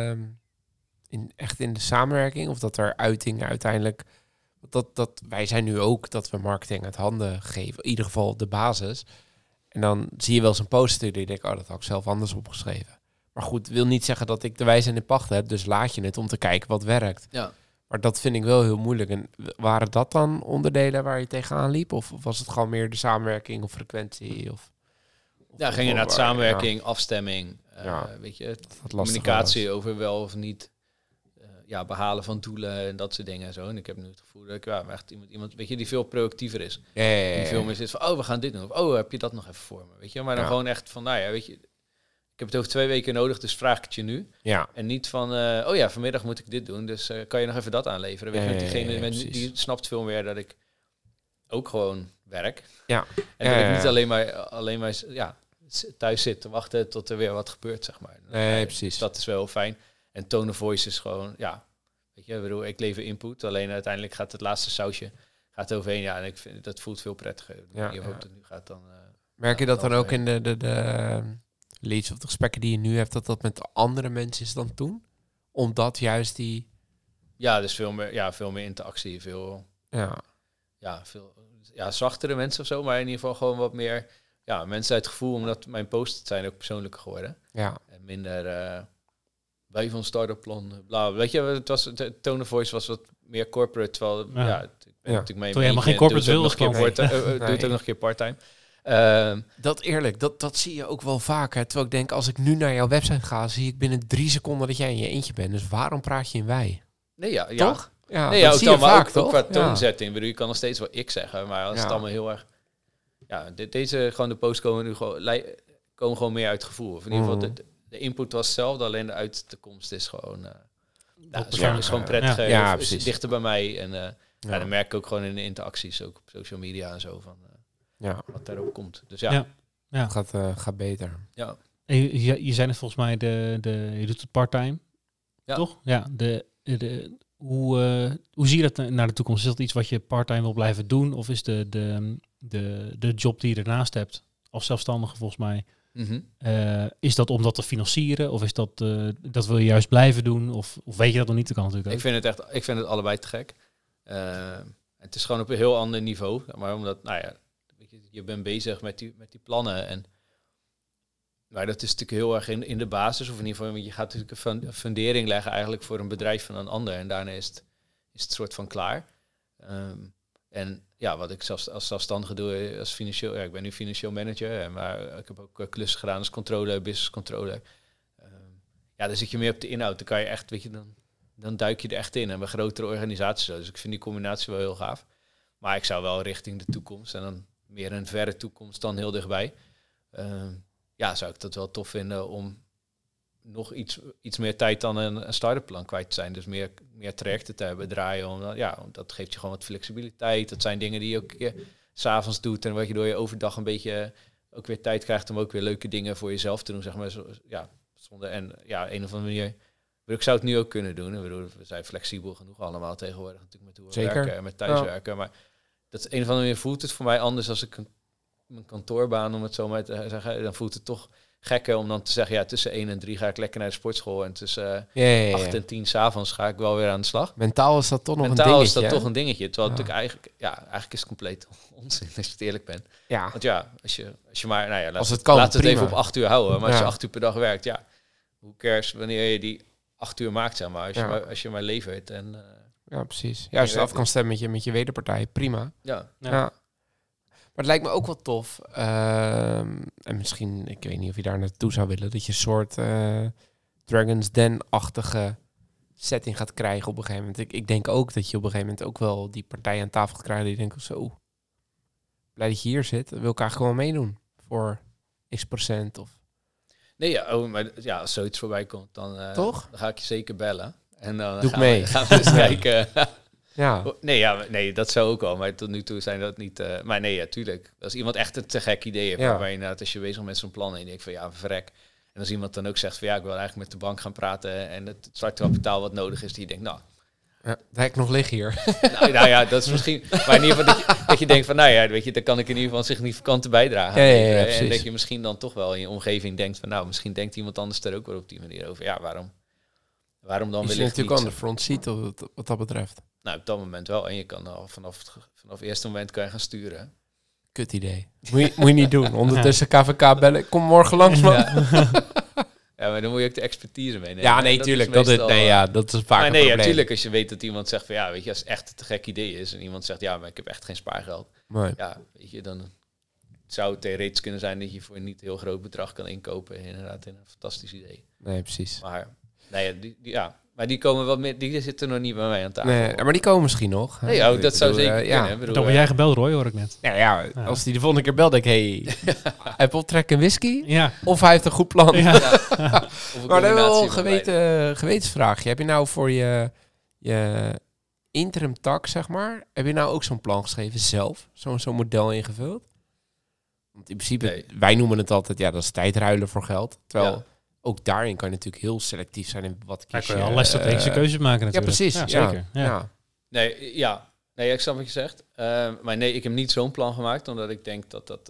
de samenwerking? Of dat er uitingen uiteindelijk... Dat wij zijn nu ook dat we marketing uit handen geven. In ieder geval de basis. En dan zie je wel eens een poster die je denkt... dat had ik zelf anders opgeschreven. Maar goed, wil niet zeggen dat ik de wijze in de pacht heb. Dus laat je het om te kijken wat werkt. Ja. Maar dat vind ik wel heel moeilijk. En waren dat dan onderdelen waar je tegenaan liep? Of was het gewoon meer de samenwerking of frequentie? Ging je naar de samenwerking, afstemming. Weet je, communicatie over wel of niet... behalen van doelen en dat soort dingen en zo. En ik heb nu het gevoel dat ik echt iemand weet je, die veel proactiever is. Die veel meer zit van, we gaan dit doen. Of, heb je dat nog even voor me? Weet je, maar dan gewoon echt van, weet je, ik heb het over 2 weken nodig, dus vraag ik het je nu. Ja. En niet van, vanmiddag moet ik dit doen, dus kan je nog even dat aanleveren? Weet je, diegene die snapt veel meer dat ik ook gewoon werk. Ja. En dat ik niet alleen maar thuis zit te wachten tot er weer wat gebeurt, zeg maar. Precies. Dat is wel heel fijn. En tone of voice is gewoon, weet je, ik lever input. Alleen uiteindelijk gaat het laatste sausje overheen. Ja, en ik vind dat voelt veel prettiger. Of het nu gaat dan. Merk je dat dan ook in de leads of de gesprekken die je nu hebt, dat met andere mensen is dan toen? Omdat juist die... Ja, dus veel meer interactie. Veel zachtere mensen of zo. Maar in ieder geval gewoon wat meer mensen uit het gevoel, omdat mijn posts zijn ook persoonlijker geworden. Ja. En minder... wij van Startup Plan, bla. Weet je, de tone of voice was wat meer corporate, terwijl ik ben natuurlijk mee. Toen je helemaal geen corporate wilde, doe het ook nog een keer part-time. Dat zie je ook wel vaak. Hè? Terwijl ik denk, als ik nu naar jouw website ga, zie ik binnen 3 seconden dat jij in je eentje bent. Dus waarom praat je in wij? Nee, toch? Ja, nee, dat zie je vaak, toch? Ook qua toonzetting. Ik bedoel, je kan nog steeds wel ik zeggen, maar als het allemaal heel erg... Ja, deze gewoon de posts komen nu gewoon meer uit het gevoel. Of in ieder geval de input was hetzelfde, alleen de uitkomst is gewoon... is gewoon prettiger. Ja, is dichter bij mij. En dan merk ik ook gewoon in de interacties, ook op social media en zo, van wat daarop komt. Dus gaat beter. Ja. Je zei het volgens mij, je doet het part-time, toch? Ja. Hoe zie je dat naar de toekomst? Is dat iets wat je part-time wil blijven doen? Of is de job die je ernaast hebt, als zelfstandige volgens mij... is dat om dat te financieren? Of is dat wil je juist blijven doen? Of weet je dat nog niet? Dat kan natuurlijk ook. Ik vind het allebei te gek. Het is gewoon op een heel ander niveau. Maar omdat, je bent bezig met die plannen. Maar dat is natuurlijk heel erg in de basis. Of in ieder geval, je gaat natuurlijk een fundering leggen eigenlijk voor een bedrijf van een ander. En daarna is het soort van klaar. En ja, wat ik zelfs als zelfstandige doe, als financieel... Ja, ik ben nu financieel manager, maar ik heb ook klussen gedaan als controller, business controller. Ja, dan zit je meer op de inhoud. Dan kan je echt, weet je, dan duik je er echt in. En bij grotere organisaties zo. Dus ik vind die combinatie wel heel gaaf. Maar ik zou wel richting de toekomst en dan meer een verre toekomst dan heel dichtbij. Ja, zou ik dat wel tof vinden om nog iets meer tijd dan een start-up plan kwijt te zijn. Dus meer trajecten te hebben draaien. Dat geeft je gewoon wat flexibiliteit. Dat zijn dingen die je ook een keer 's avonds doet en wat je door je overdag een beetje ook weer tijd krijgt om ook weer leuke dingen voor jezelf te doen, zeg maar. Zonder een of andere manier. Ik zou het nu ook kunnen doen. Ik bedoel, we zijn flexibel genoeg allemaal tegenwoordig natuurlijk met hoe we werken en met thuiswerken. Ja. Maar dat een of andere manier voelt het voor mij anders als ik mijn kantoorbaan, om het zo maar te zeggen, dan voelt het toch gekker om dan te zeggen, ja, tussen 1 en 3 ga ik lekker naar de sportschool en tussen 8 en 10 s'avonds ga ik wel weer aan de slag. Mentaal is dat toch nog een dingetje. Mentaal is dat toch een dingetje. Terwijl het natuurlijk eigenlijk is het compleet onzin, als je het eerlijk bent. Ja. Want ja, als je maar, nou ja, laat het even op 8 uur houden. Maar als je 8 uur per dag werkt, ja, hoe cares wanneer je die 8 uur maakt, zeg maar. Als je maar levert. En, ja, precies. Ja, als je af kan stemmen met je wederpartij, prima. Ja. Maar het lijkt me ook wel tof. En misschien, ik weet niet of je daar naartoe zou willen, dat je een soort Dragon's Den-achtige setting gaat krijgen op een gegeven moment. Ik denk ook dat je op een gegeven moment ook wel die partij aan tafel gaat krijgen die denken, zo, blij dat je hier zit. Wil ik eigenlijk gewoon meedoen voor x%. Of... Nee, maar als zoiets voorbij komt, dan, toch? Dan ga ik je zeker bellen. En dan Doe mee. gaan we eens kijken. Ja. Nee, dat zou ook al. Maar tot nu toe zijn dat niet... maar nee, ja, tuurlijk. Als iemand echt een te gek idee heeft, waar je inderdaad, als je bezig met zo'n plan en je denkt van ja, verrek. En als iemand dan ook zegt van ja, ik wil eigenlijk met de bank gaan praten en het startkapitaal wat nodig is, die denkt, nou... Ja, daar heb ik nog liggen hier. Nou ja, dat is misschien... Maar in ieder geval dat je denkt van, nou ja, weet je, dan kan ik in ieder geval een significante bijdrage aan leveren. En dat je misschien dan toch wel in je omgeving denkt van, nou, misschien denkt iemand anders er ook wel op die manier over. Ja, waarom dan wil je natuurlijk aan de front seat wat dat betreft. Nou, op dat moment wel. En je kan al vanaf het eerste moment kan je gaan sturen. Kut idee. Moet je niet doen. Ondertussen KVK bellen. Kom morgen langs, man. Ja, maar dan moet je ook de expertise meenemen. Ja, nee, tuurlijk. Dat is vaak een probleem. Ja, tuurlijk. Als je weet dat iemand zegt van ja, weet je, als het echt een te gek idee is en iemand zegt ja, maar ik heb echt geen spaargeld. Nee. Ja, weet je, dan zou het theoretisch kunnen zijn dat je voor een niet heel groot bedrag kan inkopen. Inderdaad, in een fantastisch idee. Nee, precies. Maar maar die komen wel meer, die zitten nog niet bij mij aan tafel. Nee, maar die komen misschien nog. Nee, dat zou zeker kunnen. Dan word jij gebeld, Roy, hoor ik net. Nou ja, als die de volgende keer belt, denk ik, hey, Apple trek een whisky? Ja. Of hij heeft een goed plan. Ja. Maar dat is wel een gewetensvraagje. Heb je nou voor je interim tak, zeg maar, heb je nou ook zo'n plan geschreven zelf? Zo'n model ingevuld? Want in principe, wij noemen het altijd, ja, dat is tijdruilen voor geld. Terwijl... Ook daarin kan je natuurlijk heel selectief zijn in wat kies je. Kan je allerlei strategische keuzes maken natuurlijk. Ja, precies. Ja, zeker. Ja. Nee, ik snap wat je zegt. Maar nee, ik heb niet zo'n plan gemaakt, omdat ik denk dat dat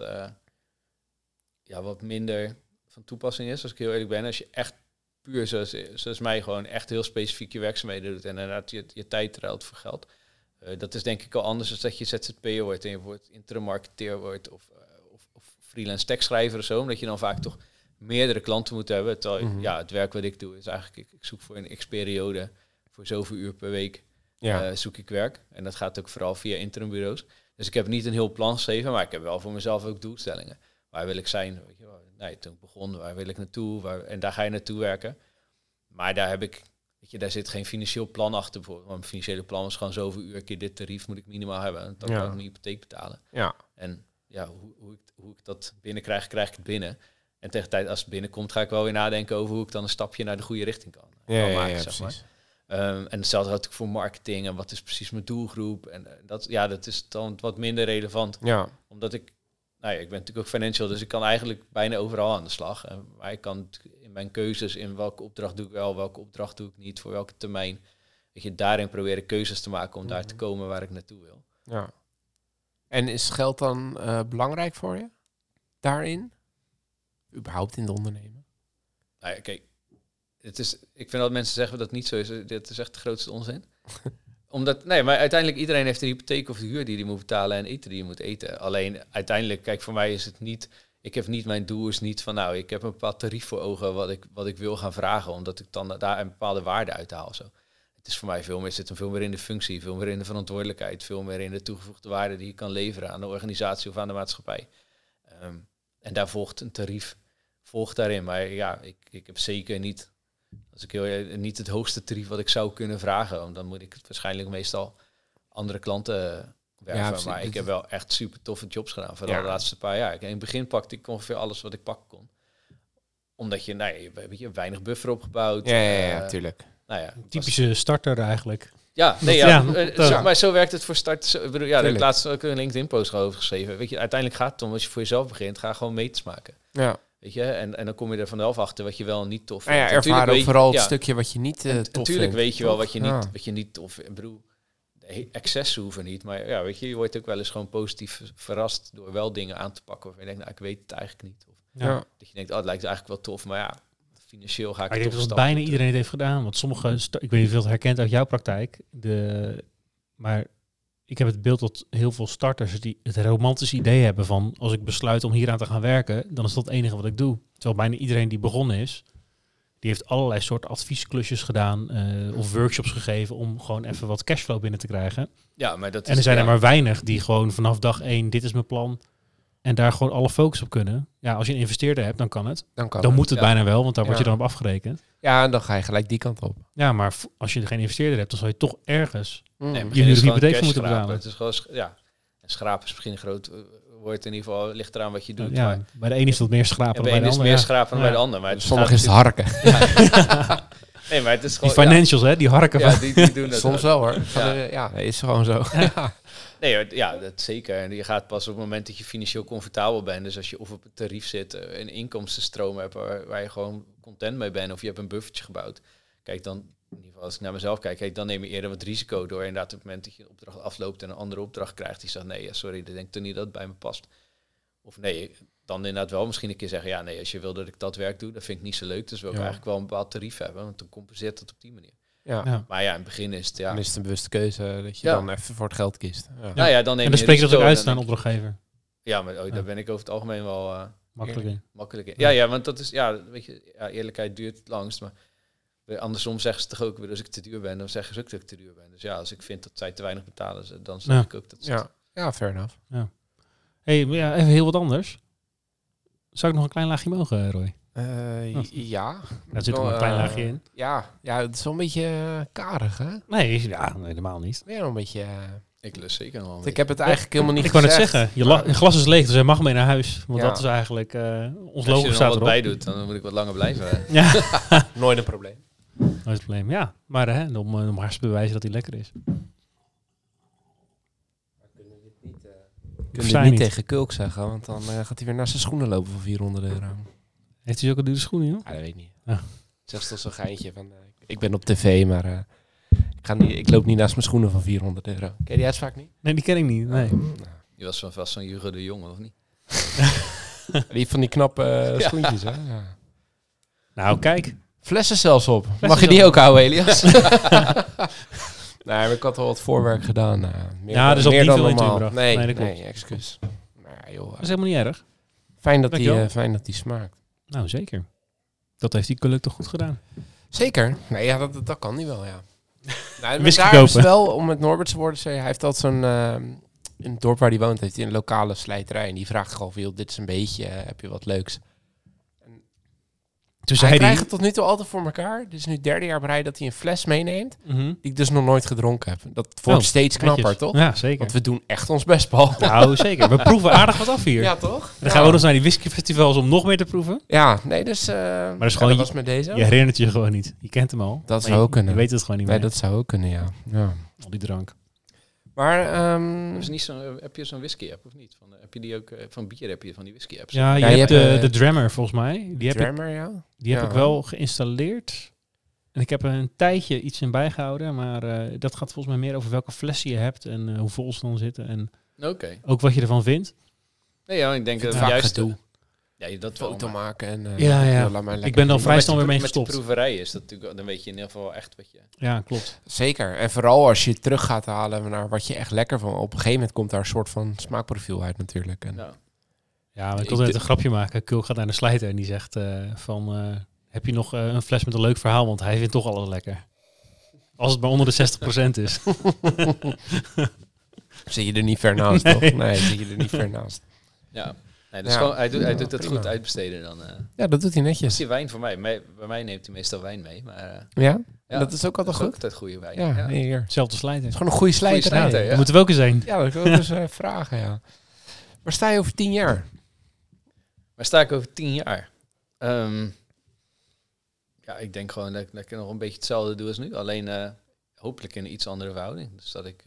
wat minder van toepassing is, als ik heel eerlijk ben. Als je echt puur, zoals mij, gewoon echt heel specifiek je werkzaamheden doet en inderdaad je tijd ruilt voor geld. Dat is denk ik al anders dan dat je ZZP'er wordt en je wordt interim marketeer wordt of freelance tekstschrijver of zo, omdat je dan vaak toch meerdere klanten moet hebben. Terwijl het werk wat ik doe is eigenlijk, ik zoek voor een x-periode, voor zoveel uur per week zoek ik werk. En dat gaat ook vooral via interimbureaus. Dus ik heb niet een heel plan geschreven, maar ik heb wel voor mezelf ook doelstellingen. Waar wil ik zijn? Weet je, toen ik begon, waar wil ik naartoe? En daar ga je naartoe werken. Maar daar heb ik, daar zit geen financieel plan achter. Want mijn financiële plan is gewoon zoveel uur keer dit tarief moet ik minimaal hebben. Dan kan ik mijn hypotheek betalen. Ja. En ja, hoe ik dat binnenkrijg, krijg ik het binnen. En tegen de tijd als het binnenkomt, ga ik wel weer nadenken over hoe ik dan een stapje naar de goede richting kan maken. Zeg maar. En hetzelfde had ik voor marketing en wat is precies mijn doelgroep. En dat is dan wat minder relevant. Ja. Omdat ik ben natuurlijk ook financial, dus ik kan eigenlijk bijna overal aan de slag. Maar ik kan in mijn keuzes, in welke opdracht doe ik wel, welke opdracht doe ik niet, voor welke termijn. Daarin proberen keuzes te maken om daar te komen waar ik naartoe wil. Ja. En is geld dan belangrijk voor je? Daarin? Überhaupt in de ondernemen? Nou ja, kijk, ik vind dat mensen zeggen dat het niet zo is. Dit is echt de grootste onzin. Maar uiteindelijk iedereen heeft een hypotheek of de huur die moet betalen en eten die je moet eten. Alleen uiteindelijk, kijk, voor mij is het niet... Ik heb niet, mijn doel is niet van, ik heb een bepaald tarief voor ogen wat ik wil gaan vragen, omdat ik dan daar een bepaalde waarde uit haal. Zo. Het is voor mij zit hem veel meer in de functie, veel meer in de verantwoordelijkheid, veel meer in de toegevoegde waarde die je kan leveren aan de organisatie of aan de maatschappij. En daar volgt een tarief, daarin. Maar ja, ik heb zeker niet, niet het hoogste tarief wat ik zou kunnen vragen. Want dan moet ik waarschijnlijk meestal andere klanten werven. Ja, maar ik heb wel echt super toffe jobs gedaan, vooral de laatste paar jaar. In het begin pakte ik ongeveer alles wat ik pakken kon. Omdat je hebt weinig buffer opgebouwd. Ja, tuurlijk. Typische starter eigenlijk. Ja, maar zo werkt het voor start. Ik bedoel, ik heb laatst ook een LinkedIn-post over geschreven. Weet je, uiteindelijk gaat het om, als je voor jezelf begint, ga gewoon meters maken. Ja. Weet je, en dan kom je er vanzelf achter wat je wel niet tof vindt. Ervaren ook vooral het stukje wat je niet tof vindt. Natuurlijk weet je wel wat je niet tof vindt. Ik bedoel, excessen hoeven niet. Maar ja, weet je wordt ook wel eens gewoon positief verrast door wel dingen aan te pakken. Waarvan je denkt, ik weet het eigenlijk niet. Of dat je denkt, het lijkt eigenlijk wel tof, maar ja, financieel ga ik denk dat bijna iedereen het heeft gedaan. Want sommige, ik weet niet of je het herkent uit jouw praktijk. Maar ik heb het beeld dat heel veel starters die het romantische idee hebben van, als ik besluit om hieraan te gaan werken, dan is dat het enige wat ik doe. Terwijl bijna iedereen die begonnen is, die heeft allerlei soorten adviesklusjes gedaan of workshops gegeven om gewoon even wat cashflow binnen te krijgen. Ja, maar dat is, en er zijn er maar weinig die gewoon vanaf dag 1, dit is mijn plan, en daar gewoon alle focus op kunnen. Ja, als je een investeerder hebt, dan kan het. Dan moet het bijna wel, want daar word je dan op afgerekend. Ja, en dan ga je gelijk die kant op. Ja, maar als je geen investeerder hebt, dan zal je toch ergens je hypotheek voor moeten betalen. Het is gewoon, en schrapen is misschien een groot woord. In ieder geval ligt eraan wat je doet. Ja, maar bij de ene is het meer schrapen dan bij de ander. Meer schrapen dan bij de ander. Maar sommige is het harken. Nee, maar het is gewoon... Die financials, hè, die harken. Ja, die doen dat. Soms wel, hoor. Is gewoon zo. Nee, dat zeker. En je gaat pas op het moment dat je financieel comfortabel bent. Dus als je of op het tarief zit, een inkomstenstroom hebt waar je gewoon content mee bent, of je hebt een buffertje gebouwd. Kijk, dan, in ieder geval als ik naar mezelf kijk, dan neem je eerder wat risico door. Inderdaad, op het moment dat je een opdracht afloopt en een andere opdracht krijgt, die zegt, nee, sorry, dan denk ik toch niet dat het bij me past. Of nee, dan inderdaad wel misschien een keer zeggen, als je wil dat ik dat werk doe, dat vind ik niet zo leuk. Dus wil ik eigenlijk wel een bepaald tarief hebben, want dan compenseert het op die manier. Ja. Maar in het begin is het... Dan is het een bewuste keuze dat je dan even voor het geld kiest. Dan neem en dan spreek je dat ook uit naar een opdrachtgever. Ja, maar daar ben ik over het algemeen wel makkelijk in. Ja, want dat is... weet je, eerlijkheid duurt het langst, maar andersom zeggen ze toch ook weer, als ik te duur ben, dan zeggen ze ook dat ik te duur ben. Dus ja, als ik vind dat zij te weinig betalen, dan zeg ik ook dat ze... Ja, fair enough. Ja. Even heel wat anders. Zou ik nog een klein laagje mogen, Roy? Ja. Daar zit er een klein laagje in. Ja, het is wel een beetje karig, hè? Nee, helemaal niet. Weer een beetje... Ik lust zeker nog wel. Ik heb het eigenlijk helemaal niet gezegd. Ik gezegd. wou net zeggen, je glas is leeg, dus hij mag mee naar huis. Want dat is eigenlijk ons logo staat erop. Als je er wat bij doet, dan moet ik wat langer blijven. Nooit een probleem. Nooit een probleem, ja. Maar om hard te bewijzen dat hij lekker is. Kun je dit niet tegen Kulk zeggen, want dan gaat hij weer naar zijn schoenen lopen voor €400. Heeft hij ook al dure schoenen, joh? Ja, dat weet ik niet. Ja. Zeg toch zo'n geintje van, ik ben op tv, maar ik loop niet naast mijn schoenen van €400. Ken je die uitspraak niet? Nee, die ken ik niet, nee. Die was vast zo'n Hugo de Jonge, of niet? Die van die knappe schoentjes, hè? Ja. Nou, kijk. Flessen zelfs op. Mag je die ook houden, Elias? Nee, maar ik had al wat voorwerk gedaan. Dus meer niet dan veel normaal. Nee, excuus. Nou, joh, dat is helemaal niet erg. Fijn dat die smaakt. Nou, zeker. Dat heeft die Kulk toch goed gedaan. Zeker. Nee, ja, dat kan hij wel, ja. Nou, Whisky daar kopen. is wel, om met Norbert's woorden te zeggen, hij heeft altijd zo'n... in het dorp waar hij woont, heeft hij een lokale slijterij. En die vraagt gewoon van, dit is een beetje, heb je wat leuks? Dus hij krijgt het tot nu toe altijd voor elkaar. Dit is nu 3e jaar bereid dat hij een fles meeneemt. Die ik dus nog nooit gedronken heb. Dat wordt steeds knapper, toch? Ja, zeker. Want we doen echt ons best, Paul. Nou, zeker. We proeven aardig wat af hier. Ja, toch? Dan gaan we ook nog naar die whiskyfestivals om nog meer te proeven. Ja, nee, dus... maar dat is gewoon, was met deze. Je herinnert je gewoon niet. Je kent hem al. Dat zou ook kunnen. Je weet het gewoon niet meer. Nee, dat zou ook kunnen, ja. Al die drank. Maar... is niet heb je zo'n whisky-app of niet? Heb je die ook... van bier heb je van die whisky-apps? Ja, je hebt de Drammer volgens mij. Die heb ik wel geïnstalleerd. En ik heb er een tijdje iets in bijgehouden. Maar dat gaat volgens mij meer over welke flessen je hebt. En hoe vol ze dan zitten. En ook wat je ervan vindt. Nee, ik denk dat vaak juist... gedoe. Ja, dat foto maken en... Ik ben dan vrij snel weer mee gestopt. Met de proeverij is dat natuurlijk... Dan weet je in ieder geval echt wat je... Ja, klopt. Zeker. En vooral als je het terug gaat halen naar wat je echt lekker van... Op een gegeven moment komt daar een soort van smaakprofiel uit natuurlijk. En maar ik wil net een grapje maken. Kulk gaat naar de slijter en die zegt heb je nog een fles met een leuk verhaal? Want hij vindt toch alles lekker. Als het maar onder de 60% is. Zit je er niet ver naast, toch? Nee, zit je er niet ver naast. Ja. Nee, dus Ja. gewoon, hij doet het Prima. goed uitbesteden dan. Ja, dat doet hij Is netjes. die wijn voor mij? Bij mij neemt hij meestal wijn mee. Maar Ja? ja, Dat is ook altijd dat is goed. altijd goede wijn. Ja, Ja. hier. Het Hetzelfde slijten. is gewoon een goede slijterij. slijter, Ja, ja. Moeten we ook eens zijn. dat wil ik dus vragen, ja. Waar sta je over 10 jaar? Waar sta ik over 10 jaar? Ja, ik denk gewoon dat ik nog een beetje hetzelfde doe als nu. Alleen hopelijk in een iets andere verhouding. Dus dat ik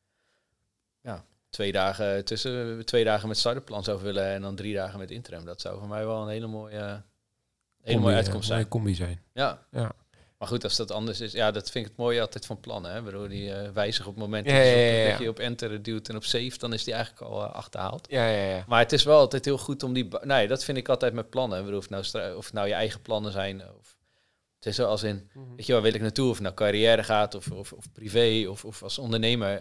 2 dagen met starterplan zou willen en dan 3 dagen met interim. Dat zou voor mij wel een hele mooie uitkomst zijn. Mooie combi zijn. Ja. Ja. Maar goed, als dat anders is, ja, dat vind ik het mooie altijd van plannen. Hè? Waardoor die wijzigen op het moment Ja. dat je op enter duwt en op save, dan is die eigenlijk al achterhaald. Ja. Maar het is wel altijd heel goed om die... Nee, dat vind ik altijd met plannen. Ik bedoel, of het nou je eigen plannen zijn. Of, het is zo als in, weet je, waar wil ik naartoe? Of het nou carrière gaat, of privé, of als ondernemer.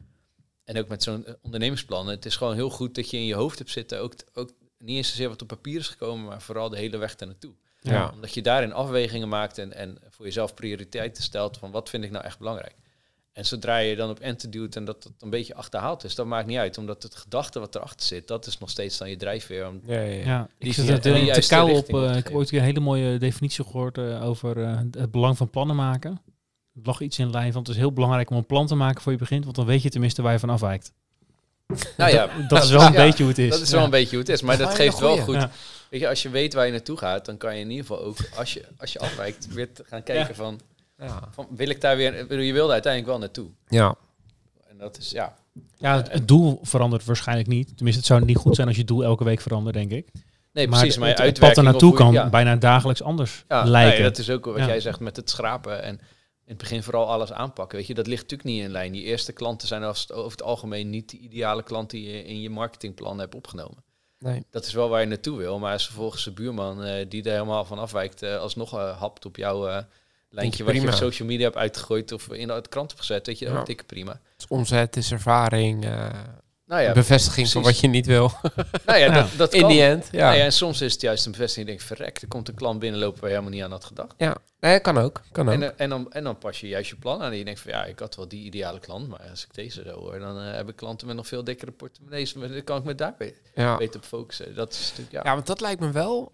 En ook met zo'n ondernemingsplan. Het is gewoon heel goed dat je in je hoofd hebt zitten. Ook niet eens zozeer wat op papier is gekomen, maar vooral de hele weg daar naartoe. Ja. Omdat je daarin afwegingen maakt en voor jezelf prioriteiten stelt van wat vind ik nou echt belangrijk. En zodra je dan op enter duwt en dat het een beetje achterhaald is, dat maakt niet uit. Omdat het gedachte wat erachter zit, dat is nog steeds dan je drijfveer. Ja, ik Die zit ja, er de te juiste kou op. richting op te Ik heb geven. ooit een hele mooie definitie gehoord over het belang van plannen maken. Het lag iets in lijn van het is heel belangrijk om een plan te maken voor je begint, want dan weet je tenminste waar je van afwijkt. Nou ja, Dat is wel een ja, beetje hoe het is. dat is wel een beetje hoe het is. Maar dat Ah, geeft een wel goeie. goed. Ja. Weet je, als je weet waar je naartoe gaat, dan kan je in ieder geval ook, als je afwijkt, weer te gaan kijken van wil ik daar weer... Ik bedoel, je wilde uiteindelijk wel naartoe. Ja. En dat is, ja... Ja, het doel verandert waarschijnlijk niet. Tenminste, het zou niet goed zijn als je doel elke week verandert, denk ik. Nee, precies. Maar, het pad uitwerking er naartoe of hoe je- kan ja. bijna dagelijks anders Ja, lijken. nee, dat is ook wat Ja. jij zegt met het schrapen en in het begin vooral alles aanpakken. Weet je, dat ligt natuurlijk niet in lijn. Die eerste klanten zijn over het algemeen niet de ideale klant die je in je marketingplan hebt opgenomen. Nee. Dat is wel waar je naartoe wil, maar als vervolgens de buurman die er helemaal van afwijkt, alsnog hapt op jouw lijntje wat je prima. op social media hebt uitgegooid of in de krant hebt gezet, weet je, Ja. ook dikke prima. Het is omzet, het is ervaring, Nou ja, bevestiging van precies. wat je niet wil. nou ja, Ja. dat In kan. the end, ja. Nou ja, en soms is het juist een bevestiging. Je denkt, verrek, er komt een klant binnenlopen waar je helemaal niet aan had gedacht. Ja, nee, kan ook. En dan pas je juist je plan aan en je denkt van ja, ik had wel die ideale klant, maar als ik deze zo hoor, dan heb ik klanten met nog veel dikkere portemonnees, maar dan kan ik me daar beter op focussen. Dat is natuurlijk, ja. Ja, want dat lijkt me wel.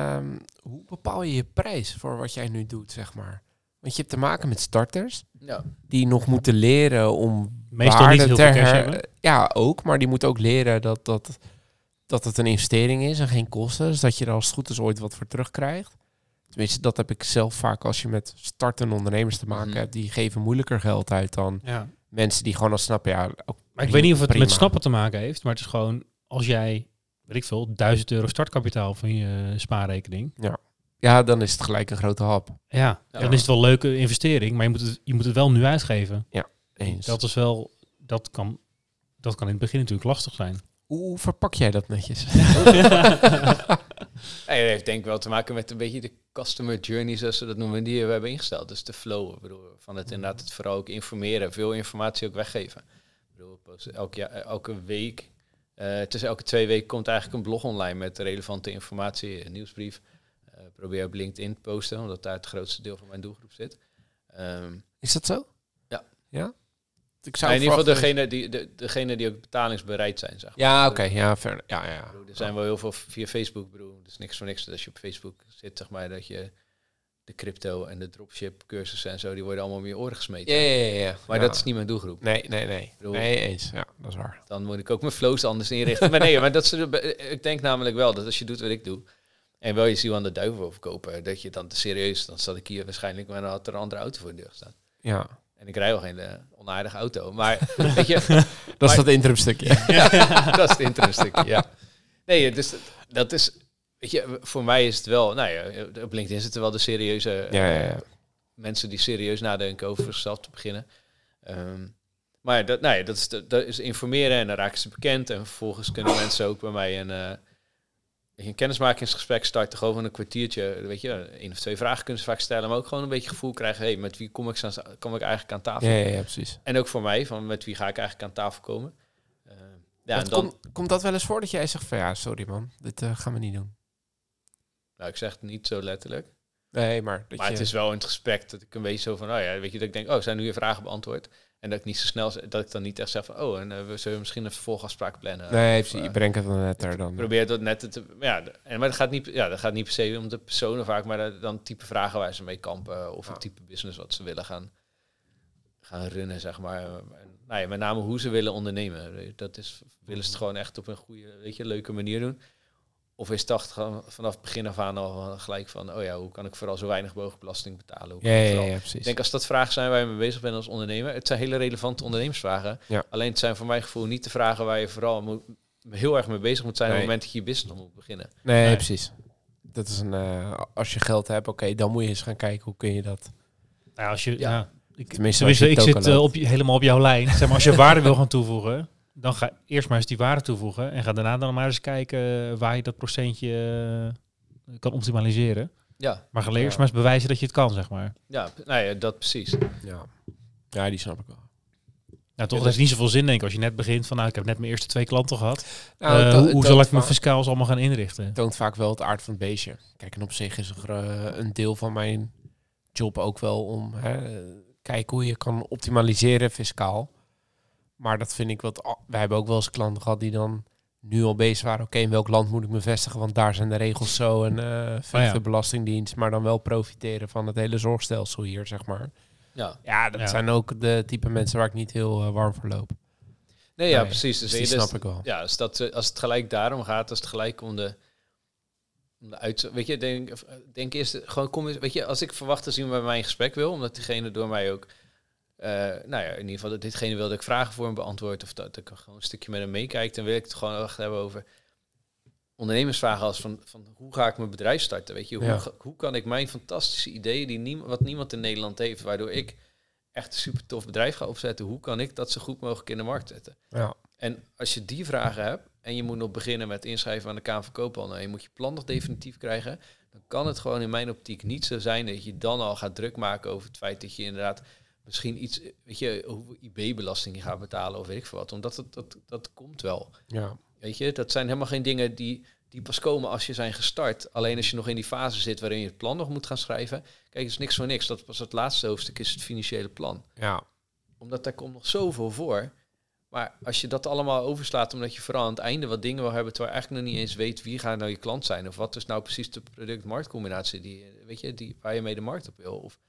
Hoe bepaal je je prijs voor wat jij nu doet, zeg maar? Want je hebt te maken met starters Ja. die nog moeten leren om Meestal waarde niet heel te veel cash hebben. Ja, ook. Maar die moeten ook leren dat het een investering is en geen kosten. Dus dat je er als het goed is ooit wat voor terugkrijgt. Tenminste, dat heb ik zelf vaak als je met startende ondernemers te maken Mhm. hebt. Die geven moeilijker geld uit dan Ja. mensen die gewoon al snappen. Ja, ook Maar ik weet niet of het prima. met snappen te maken heeft, maar het is gewoon als jij, weet ik veel, €1000 startkapitaal van je spaarrekening. Ja, dan is het gelijk een grote hap. Ja, Ja. dan is het wel een leuke investering, maar je moet het wel nu uitgeven. Eens. Dat is wel, dat kan in het begin natuurlijk lastig zijn. Hoe verpak jij dat netjes? Nee, dat heeft denk ik wel te maken met een beetje de customer journey, zoals ze dat noemen, die we hebben ingesteld. Dus de flow, ik bedoel, van het inderdaad het vooral ook informeren, veel informatie ook weggeven. Ik bedoel, we posten elke week, tussen elke 2 weken komt eigenlijk een blog online met relevante informatie, een nieuwsbrief. Probeer op LinkedIn te posten, omdat daar het grootste deel van mijn doelgroep zit. Is dat zo? Ja. Ja? Ik In ieder geval verwachten degene die ook betalingsbereid zijn, zeg maar. Ja, oké. Ja, verder. Ja. Ik bedoel, er zijn wel heel veel via Facebook, ik bedoel, dus niks voor niks. Dat als je op Facebook zit, zeg maar, dat je de crypto en de dropship cursussen en zo, die worden allemaal om je oren gesmeten. Ja. Maar Ja. dat is niet mijn doelgroep. Nee. bedoel- Nee, eens. Ja, dat is waar. Dan moet ik ook mijn flows anders inrichten. Maar nee, maar ik denk namelijk wel dat als je doet wat ik doe, en wel je ziel aan de duivel wil verkopen, dat je dan te serieus, dan zat ik hier waarschijnlijk, maar dan had er een andere auto voor de deur gestaan. Ja. En ik rij wel geen onaardige auto, maar weet je, Dat is dat interim stukje. dat is het interim stukje, ja. Nee, dus dat is, weet je, voor mij is het wel, nou ja, op LinkedIn zitten wel de serieuze Ja. mensen die serieus nadenken over zichzelf te beginnen. Maar dat is informeren en dan raken ze bekend. En vervolgens kunnen mensen ook bij mij een kennismakingsgesprek starten. Gewoon van een kwartiertje, weet je, 1 of 2 vragen kunnen ze vaak stellen. Maar ook gewoon een beetje gevoel krijgen, hey, met wie kom ik eigenlijk aan tafel? Ja, precies. En ook voor mij, van met wie ga ik eigenlijk aan tafel komen? Ja, en Want dan, komt dat wel eens voor dat jij zegt van ja, sorry man, dit gaan we niet doen? nou, ik zeg het niet zo letterlijk. Nee, maar... Maar het is wel in het gesprek dat ik een beetje zo van... weet je, dat ik denk, zijn nu je vragen beantwoord? En dat ik niet zo snel... Dat ik dan niet echt zeg van... en we zullen misschien een vervolgafspraak plannen. Nee, je brengt het dan net er dan. Probeer dat net te... maar dat gaat niet per se om de personen vaak... maar dan type vragen waar ze mee kampen... of het type business wat ze willen gaan runnen, zeg maar. En, met name hoe ze willen ondernemen. Willen ze het gewoon echt op een goede, leuke manier doen? Of is het gewoon vanaf het begin af aan al gelijk van... hoe kan ik vooral zo weinig mogelijk belasting betalen? Ja, precies. Ik denk als dat vragen zijn waar je mee bezig bent als ondernemer... het zijn hele relevante ondernemersvragen. Ja. Alleen het zijn voor mijn gevoel niet de vragen waar je vooral heel erg mee bezig moet zijn... op het moment dat je business nog moet beginnen. Nee, precies. Dat is als je geld hebt, dan moet je eens gaan kijken hoe kun je dat... Nou, als je... Ja. Tenminste, ik zit helemaal op jouw lijn. Zeg maar, als je waarde wil gaan toevoegen... dan ga eerst maar eens die waarde toevoegen... en ga daarna dan maar eens kijken waar je dat procentje kan optimaliseren. Ja. Maar ga eerst maar eens bewijzen dat je het kan, zeg maar. Ja, dat precies. Ja, die snap ik wel. Nou, toch, het heeft niet zoveel zin, denk ik, als je net begint van... ik heb net mijn eerste 2 klanten gehad. Hoe zal ik mijn fiscaals allemaal gaan inrichten? Het toont vaak wel het aard van het beestje. Kijk, en op zich is een deel van mijn job ook wel om... kijken hoe je kan optimaliseren fiscaal. Maar dat vind ik wij hebben ook wel eens klanten gehad die dan nu al bezig waren. Oké, in welk land moet ik me vestigen? Want daar zijn de regels zo en de Belastingdienst. Maar dan wel profiteren van het hele zorgstelsel hier, zeg maar. Ja, dat zijn ook de type mensen waar ik niet heel warm voor loop. Nee, precies. Dus die snap ik wel. Ja, als het gelijk daarom gaat, als het gelijk om de weet je, denk eerst gewoon weet je, als ik verwacht te zien bij mijn gesprek wil, omdat diegene door mij ook in ieder geval dat ditgene wilde ik vragen voor hem beantwoord of dat ik gewoon een stukje met hem meekijk, dan wil ik het gewoon echt hebben over ondernemersvragen als van hoe ga ik mijn bedrijf starten, weet je, hoe kan ik mijn fantastische ideeën wat niemand in Nederland heeft, waardoor ik echt een super tof bedrijf ga opzetten, hoe kan ik dat zo goed mogelijk in de markt zetten? Ja. En als je die vragen hebt en je moet nog beginnen met inschrijven aan de Kamer van Koophandel en je moet je plan nog definitief krijgen, dan kan het gewoon in mijn optiek niet zo zijn dat je dan al gaat druk maken over het feit dat je inderdaad misschien iets, weet je, hoeveel IB-belasting je gaat betalen of weet ik veel wat. Omdat dat komt wel. Ja. Weet je, dat zijn helemaal geen dingen die pas komen als je zijn gestart. Alleen als je nog in die fase zit waarin je het plan nog moet gaan schrijven. Kijk, het is niks voor niks. Dat was het laatste hoofdstuk, is het financiële plan. Ja. Omdat daar komt nog zoveel voor. Maar als je dat allemaal overslaat, omdat je vooral aan het einde wat dingen wil hebben, terwijl je eigenlijk nog niet eens weet wie gaat nou je klant zijn. Of wat is nou precies de product-marktcombinatie waar je mee de markt op wil. Of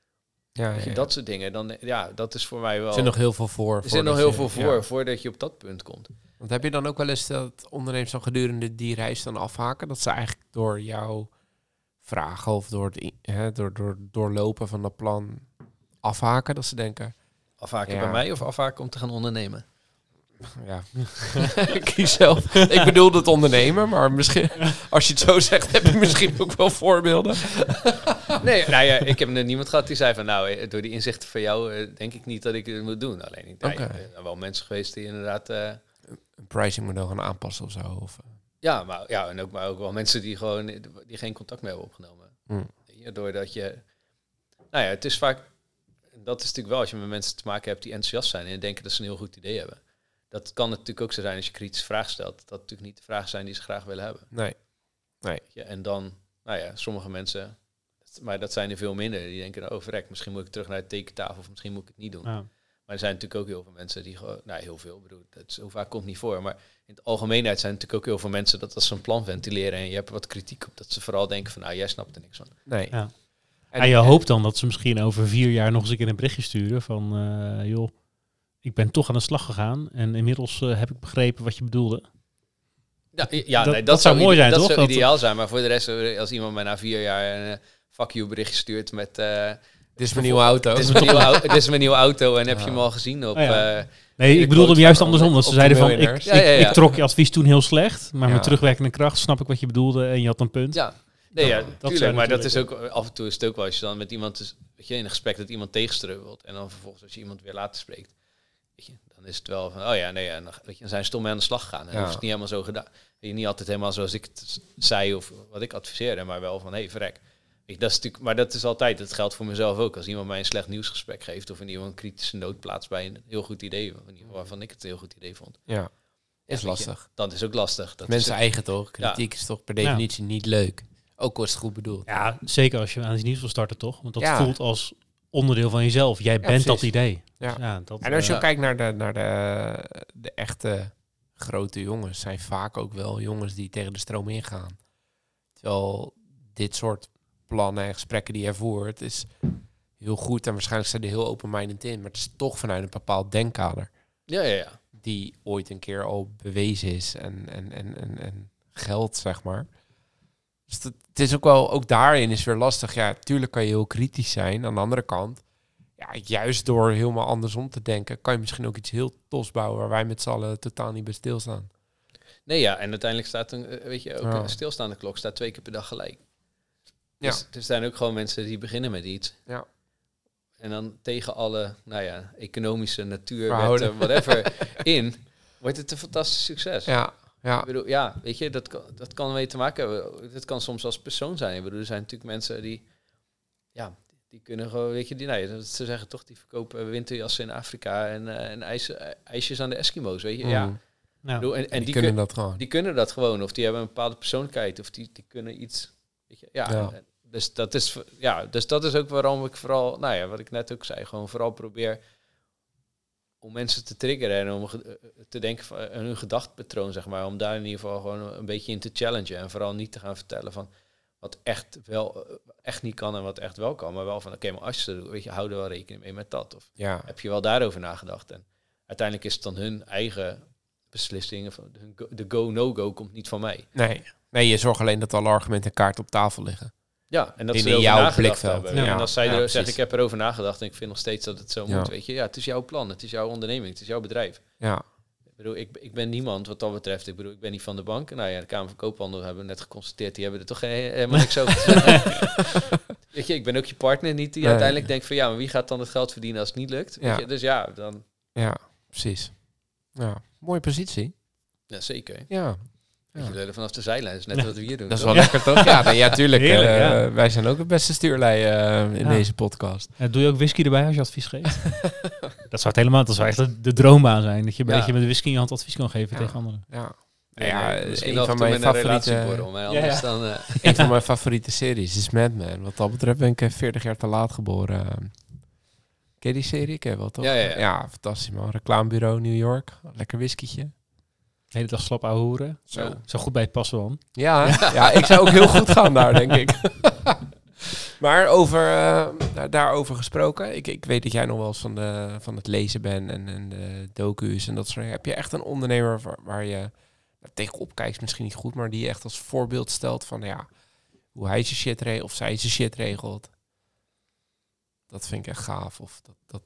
dat soort dingen. Dan, dat is voor mij wel... Er zit nog heel veel voor. Er zit nog heel veel voor, voordat je op dat punt komt. Want heb je dan ook wel eens dat ondernemers dan gedurende die reis dan afhaken? Dat ze eigenlijk door jouw vragen of door doorlopen van dat plan afhaken? Dat ze denken... Afhaken bij mij of afhaken om te gaan ondernemen? Ja, kies zelf. Ik bedoel het ondernemen, maar misschien als je het zo zegt, heb je misschien ook wel voorbeelden. Nee, ik heb niemand gehad die zei van door die inzichten van jou denk ik niet dat ik het moet doen. Alleen ik denk, er zijn wel mensen geweest die inderdaad... een pricingmodel gaan aanpassen of zo. Of, Ja, maar ook wel mensen die gewoon die geen contact meer hebben opgenomen. Doordat je... het is vaak... Dat is natuurlijk wel als je met mensen te maken hebt die enthousiast zijn en denken dat ze een heel goed idee hebben. Dat kan natuurlijk ook zo zijn als je kritische vragen stelt. Dat natuurlijk niet de vragen zijn die ze graag willen hebben. Nee. Ja, en dan, sommige mensen, maar dat zijn er veel minder, die denken, verrek, misschien moet ik terug naar de tekentafel of misschien moet ik het niet doen. Ja. Maar er zijn natuurlijk ook heel veel mensen die gewoon, heel veel, zo vaak komt niet voor. Maar in het algemeenheid zijn er natuurlijk ook heel veel mensen dat als ze een plan ventileren en je hebt wat kritiek op, dat ze vooral denken van, jij snapt er niks van. Nee. Ja. En je hoopt dan dat ze misschien over 4 jaar nog eens een keer een berichtje sturen van, joh, ik ben toch aan de slag gegaan en inmiddels heb ik begrepen wat je bedoelde. Dat zou mooi zijn, toch? Dat zou ideaal dat zijn, maar voor de rest, als iemand mij na 4 jaar een fuck you berichtje stuurt met... dit is mijn nieuwe auto. Dit is mijn nieuwe auto en heb je hem al gezien op... nee, ik bedoelde hem juist andersom. Dat ze zeiden van, ik trok je advies toen heel slecht, maar met terugwerkende kracht snap ik wat je bedoelde en je had een punt. Ja. Nee, tuurlijk, maar dat is ook af en toe is het ook wel als je dan met iemand in een gesprek dat iemand tegenstrubbelt en dan vervolgens als je iemand weer later spreekt, weet je, dan is het wel van dan zijn ze toch mee aan de slag gegaan. En dat is het niet helemaal zo gedaan. Weet je, niet altijd helemaal zoals ik het zei of wat ik adviseerde, maar wel van verrek. Weet je, dat is natuurlijk, maar dat is altijd, dat geldt voor mezelf ook. Als iemand mij een slecht nieuwsgesprek geeft of in iemand een kritische noot plaatst bij een heel goed idee, waarvan ik het een heel goed idee vond. Ja, is lastig. Dat is ook lastig. Dat mensen eigen toch? Kritiek is toch per definitie niet leuk. Ook was het goed bedoeld. Ja, zeker als je aan iets nieuws wil starten, toch? Want dat Ja. voelt als onderdeel van jezelf. Jij bent precies. dat idee. Ja. Dus ja, dat, En als je eh, ook kijkt naar de echte grote jongens, zijn vaak ook wel jongens die tegen de stroom ingaan. Terwijl dit soort plannen en gesprekken die je voert, is heel goed en waarschijnlijk zijn er heel open-minded in, maar het is toch vanuit een bepaald denkkader Ja. die ooit een keer al bewezen is en geldt, zeg maar. Dus het is ook wel, ook daarin is weer lastig. Ja, tuurlijk kan je heel kritisch zijn. Aan de andere kant, ja, juist door helemaal andersom te denken, kan je misschien ook iets heel tofs bouwen waar wij met z'n allen totaal niet bij stilstaan. Nee, ja, en uiteindelijk staat weet je, ook Ja. een stilstaande klok staat 2 keer per dag gelijk. Ja. Dus er zijn ook gewoon mensen die beginnen met iets. Ja. En dan tegen alle, economische Verhouden. natuurwetten, whatever, in, wordt het een fantastisch succes. Ja, ja. Ik bedoel, ja, weet je, dat kan mee te maken hebben. Het kan soms als persoon zijn. Ik bedoel, er zijn natuurlijk mensen die kunnen gewoon, weet je, ze zeggen toch, die verkopen winterjassen in Afrika en ijsjes aan de Eskimo's, weet je. Ja. Mm. nou, Ik bedoel, en die kunnen dat gewoon. die kunnen dat gewoon, of die hebben een bepaalde persoonlijkheid, of die kunnen iets, weet je, ja. Ja. Dus dat is ook waarom ik vooral, wat ik net ook zei, gewoon vooral probeer om mensen te triggeren en om te denken van hun gedachtepatroon, zeg maar, om daar in ieder geval gewoon een beetje in te challengen en vooral niet te gaan vertellen van wat echt niet kan en wat echt wel kan, maar wel van oké, maar als je het doet, weet je, hou er wel rekening mee met dat, of Ja, heb je wel daarover nagedacht? En uiteindelijk is het dan hun eigen beslissing, of de go-no-go komt niet van mij. nee, je zorgt alleen dat alle argumenten en kaarten op tafel liggen. Ja, en dat In ze erover jouw nagedacht blikveld. hebben. Ja. En als zij Ja, zeggen, precies. ik heb erover nagedacht en ik vind nog steeds dat het zo Ja. moet, weet je. Ja, het is jouw plan, het is jouw onderneming, het is jouw bedrijf. Ja, Ik bedoel, ik ben niemand wat dat betreft. Ik bedoel, ik ben niet van de bank. Nou ja, de Kamer van Koophandel hebben we net geconstateerd. Die hebben er toch helemaal niks over te zeggen. Weet je, ik ben ook je partner niet die Nee. uiteindelijk denkt van ja, maar wie gaat dan het geld verdienen als het niet lukt? Weet Ja. je? Dus ja, dan... ja, precies. Ja, mooie positie. Ja, zeker. Ja, Weet je, vanaf de zijlijn is net wat we hier doen. dat is toch? wel lekker toch? Ja, nee, ja, tuurlijk. Heerlijk, ja. Wij zijn ook het beste stuurlei in Ja. deze podcast. doe je ook whisky erbij als je advies geeft? Dat zou het helemaal, dat zou echt de droombaan zijn. Dat je een Ja. beetje met de whisky in je hand advies kan geven Ja. tegen anderen. Ja. Nee, Ja, nee, misschien een af van en toe mijn met een favoriete- relatieborrel, maar anders Ja. dan... Een van mijn favoriete series is Mad Men. Wat dat betreft ben ik 40 jaar te laat geboren. Ken je die serie? Ken je wel, toch? Ja. Ja, fantastisch man. Reclamebureau New York. Lekker whiskietje. De hele dag slap ouwe hoeren. Zo. Zou goed bij het passen, man. Ja, ja, ik zou ook heel goed gaan daar, denk ik. Maar daarover gesproken. Ik weet dat jij nog wel eens van het lezen bent en de docu's en dat soort dingen. Heb je echt een ondernemer waar je tegenop kijkt, misschien niet goed, maar die je echt als voorbeeld stelt van ja, hoe hij zijn shit regelt of zij zijn shit regelt? Dat vind ik echt gaaf. Of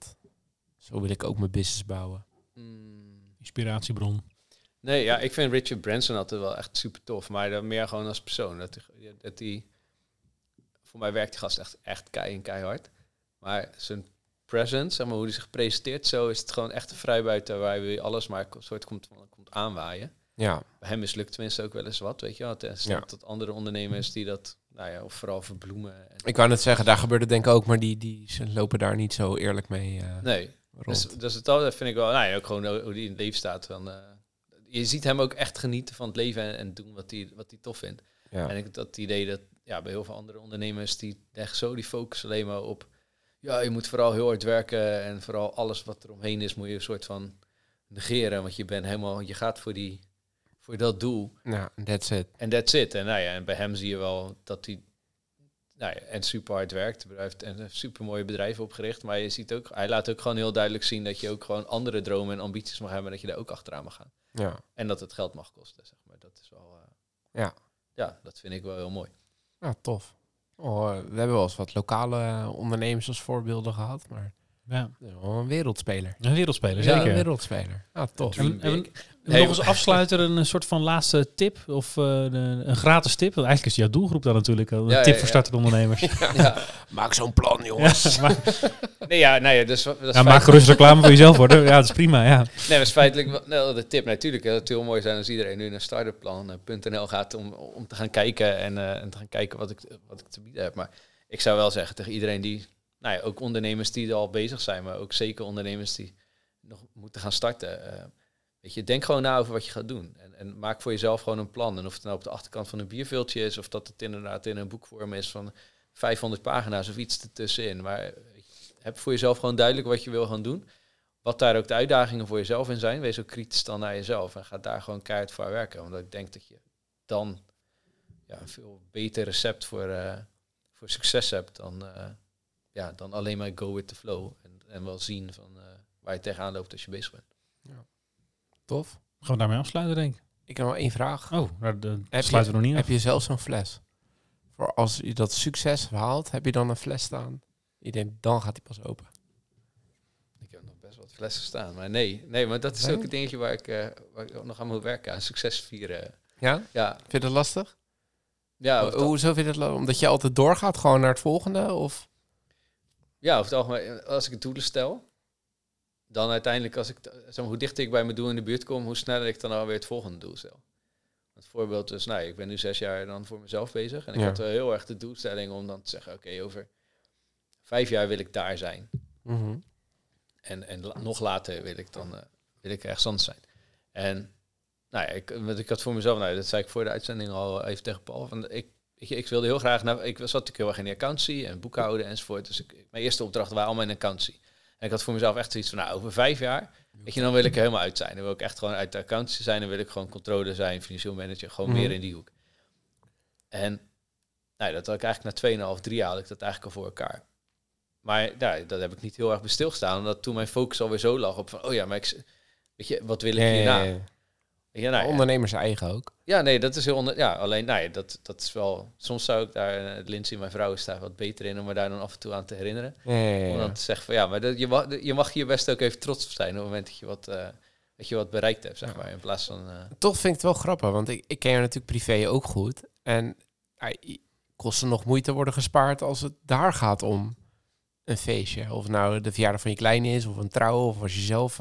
zo wil ik ook mijn business bouwen. Inspiratiebron. Nee, ja, ik vind Richard Branson altijd wel echt super tof. Maar dan meer gewoon als persoon. Dat die, voor mij werkt die gast echt keihard. Maar zijn presence, zeg maar, hoe hij zich presenteert, zo is het gewoon echt een vrijbuiter waar je alles maar een soort komt aanwaaien. Ja, Bij hem mislukt tenminste ook wel eens wat, weet je wel. Tot andere ondernemers die dat, of vooral verbloemen. ik wou net zeggen, daar gebeurt het denk ik ook, maar ze lopen daar niet zo eerlijk mee Nee, rond. dus dat vind ik wel, ook gewoon hoe die in het leven staat. Je ziet hem ook echt genieten van het leven en doen wat hij tof vindt. Ja. En ik dat idee dat bij heel veel andere ondernemers die leggen zo die focus alleen maar op, ja, je moet vooral heel hard werken en vooral alles wat er omheen is moet je een soort van negeren, want je gaat voor dat doel. Ja, that's it. En that's it. En en bij hem zie je wel dat hij en super hard werkt. Hij heeft een super mooie bedrijf opgericht, maar je ziet ook, hij laat ook gewoon heel duidelijk zien dat je ook gewoon andere dromen en ambities mag hebben, dat je daar ook achteraan mag gaan. Ja. En dat het geld mag kosten, zeg maar. Dat is wel... Ja, dat vind ik wel heel mooi. Ja, tof. We hebben wel eens wat lokale ondernemers als voorbeelden gehad, maar Ja. wel een wereldspeler. Een wereldspeler, Ja, zeker. een wereldspeler. Ja, tof. Dream En big. nog als afsluiter een soort van laatste tip of een gratis tip. Want eigenlijk is jouw doelgroep dan natuurlijk een Ja, tip ja, voor ja. startende ondernemers. Ja. Maak zo'n plan, jongens. Ja, maar, Dus dat is maak gerust reclame voor jezelf hoor. Ja, dat is prima. Ja. Nee, dat is feitelijk wel de tip. Natuurlijk, het zou heel mooi zijn als iedereen nu naar startupplan.nl gaat om te gaan kijken en te gaan kijken wat ik te bieden heb. Maar ik zou wel zeggen tegen iedereen die, ook ondernemers die al bezig zijn, maar ook zeker ondernemers die nog moeten gaan starten. Weet je, denk gewoon na over wat je gaat doen. En maak voor jezelf gewoon een plan. En of het nou op de achterkant van een bierviltje is, of dat het inderdaad in een boekvorm is van 500 pagina's of iets ertussenin. Maar heb voor jezelf gewoon duidelijk wat je wil gaan doen. Wat daar ook de uitdagingen voor jezelf in zijn. Wees ook kritisch dan naar jezelf. En ga daar gewoon keihard voor werken. Want ik denk dat je dan een veel beter recept voor succes hebt dan alleen maar go with the flow. En wel zien van waar je tegenaan loopt als je bezig bent. Ja. Tof. Gaan we daarmee afsluiten, denk ik? Ik heb nog 1 vraag. Oh, daar sluiten we nog niet af. Heb je zelf zo'n fles? Voor als je dat succes haalt, heb je dan een fles staan? Je denkt, dan gaat die pas open. Ik heb nog best wat flessen staan, maar nee, maar dat is ook een dingetje waar ik nog aan moet werken, aan succes vieren. Ja? Ja. Vind je dat lastig? Ja. Hoezo vind je dat lastig? Omdat je altijd doorgaat, gewoon naar het volgende? Of? Ja, over het algemeen, als ik doelen stel, dan uiteindelijk, hoe dichter ik bij mijn doel in de buurt kom, hoe sneller ik dan alweer het volgende doel stel. Het voorbeeld is, ik ben nu 6 jaar dan voor mezelf bezig. En ik had heel erg de doelstelling om dan te zeggen, oké, over 5 jaar wil ik daar zijn. Mm-hmm. En nog later wil ik ergens anders zijn. En ik had voor mezelf, dat zei ik voor de uitzending al even tegen Paul, van ik wilde heel graag, ik zat natuurlijk heel erg in de accountancy en boekhouden enzovoort. Dus mijn eerste opdrachten waren allemaal in accountancy. En ik had voor mezelf echt zoiets van, over 5 jaar, dan wil ik er helemaal uit zijn. Dan wil ik echt gewoon uit de accountancy zijn. Dan wil ik gewoon controller zijn, financieel manager, gewoon meer in die hoek. En dat had ik eigenlijk na 2,5, 3 jaar had ik dat eigenlijk al voor elkaar. Maar dat heb ik niet heel erg bij stilgestaan, omdat toen mijn focus alweer zo lag op van, maar wat wil ik hierna? Ja, ondernemers eigen ook. Ja, nee, dat is heel alleen, dat is wel. Soms zou ik daar, Lindsay, mijn vrouw, is daar wat beter in om me daar dan af en toe aan te herinneren. Om dan te zeggen van maar je mag hier best ook even trots op zijn op het moment dat je wat bereikt hebt, zeg maar. In plaats van. Toch vind ik het wel grappig, want ik ken je natuurlijk privé ook goed. En kost er nog moeite worden gespaard als het daar gaat om een feestje. Of nou de verjaardag van je kleine is, of een trouw, of als je zelf.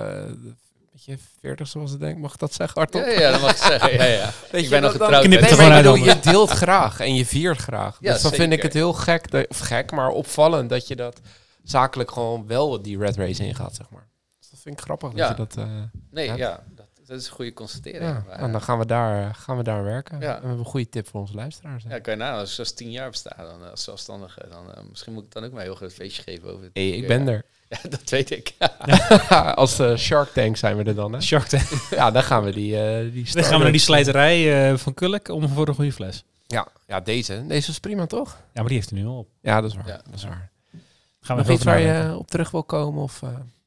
Je 40 zoals ik denk, mag ik dat zeggen hardop? Ja, dat mag ik zeggen. Ja. Ik ben nog getrouwd. Je deelt graag en je viert graag. Ja, dus dan vind ik het heel gek, maar opvallend dat je dat zakelijk gewoon wel die red race ingaat, zeg maar. Dus dat vind ik grappig dat je dat. Dat is een goede constatering. Ja, maar, en dan gaan we daar werken. Ja. En we hebben een goede tip voor onze luisteraars. Ja, kan je als ik 10 jaar besta, dan als zelfstandige, dan misschien moet ik dan ook maar een heel groot feestje geven over. Ik ben er. Ja, dat weet ik. Als Shark Tank zijn we er dan, hè? Shark Tank. Ja, dan gaan we dan gaan we naar die slijterij van Kulk om voor een goede fles. Ja, deze is prima, toch? Ja, maar die heeft er nu al op. Ja, dat is waar. Ja. Dat is waar. Gaan we nog iets waar je op terug wil komen? Of,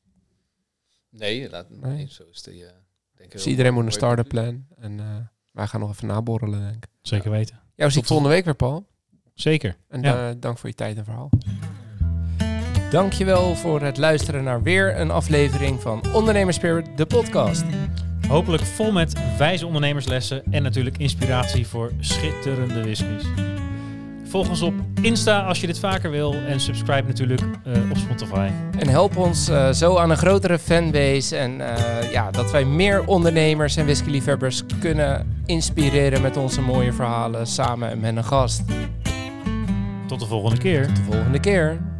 Nee, zo is de... Dus iedereen moet een start-up plan. En wij gaan nog even naborrelen, denk ik. Zeker weten. Jou zie ik volgende week weer, Paul. Zeker. En dank voor je tijd en verhaal. Dankjewel voor het luisteren naar weer een aflevering van Ondernemerspirit, de podcast. Hopelijk vol met wijze ondernemerslessen en natuurlijk inspiratie voor schitterende whiskies. Volg ons op Insta als je dit vaker wil en subscribe natuurlijk op Spotify. En help ons zo aan een grotere fanbase en dat wij meer ondernemers en whiskyliefhebbers kunnen inspireren met onze mooie verhalen samen met een gast. Tot de volgende keer. Tot de volgende keer.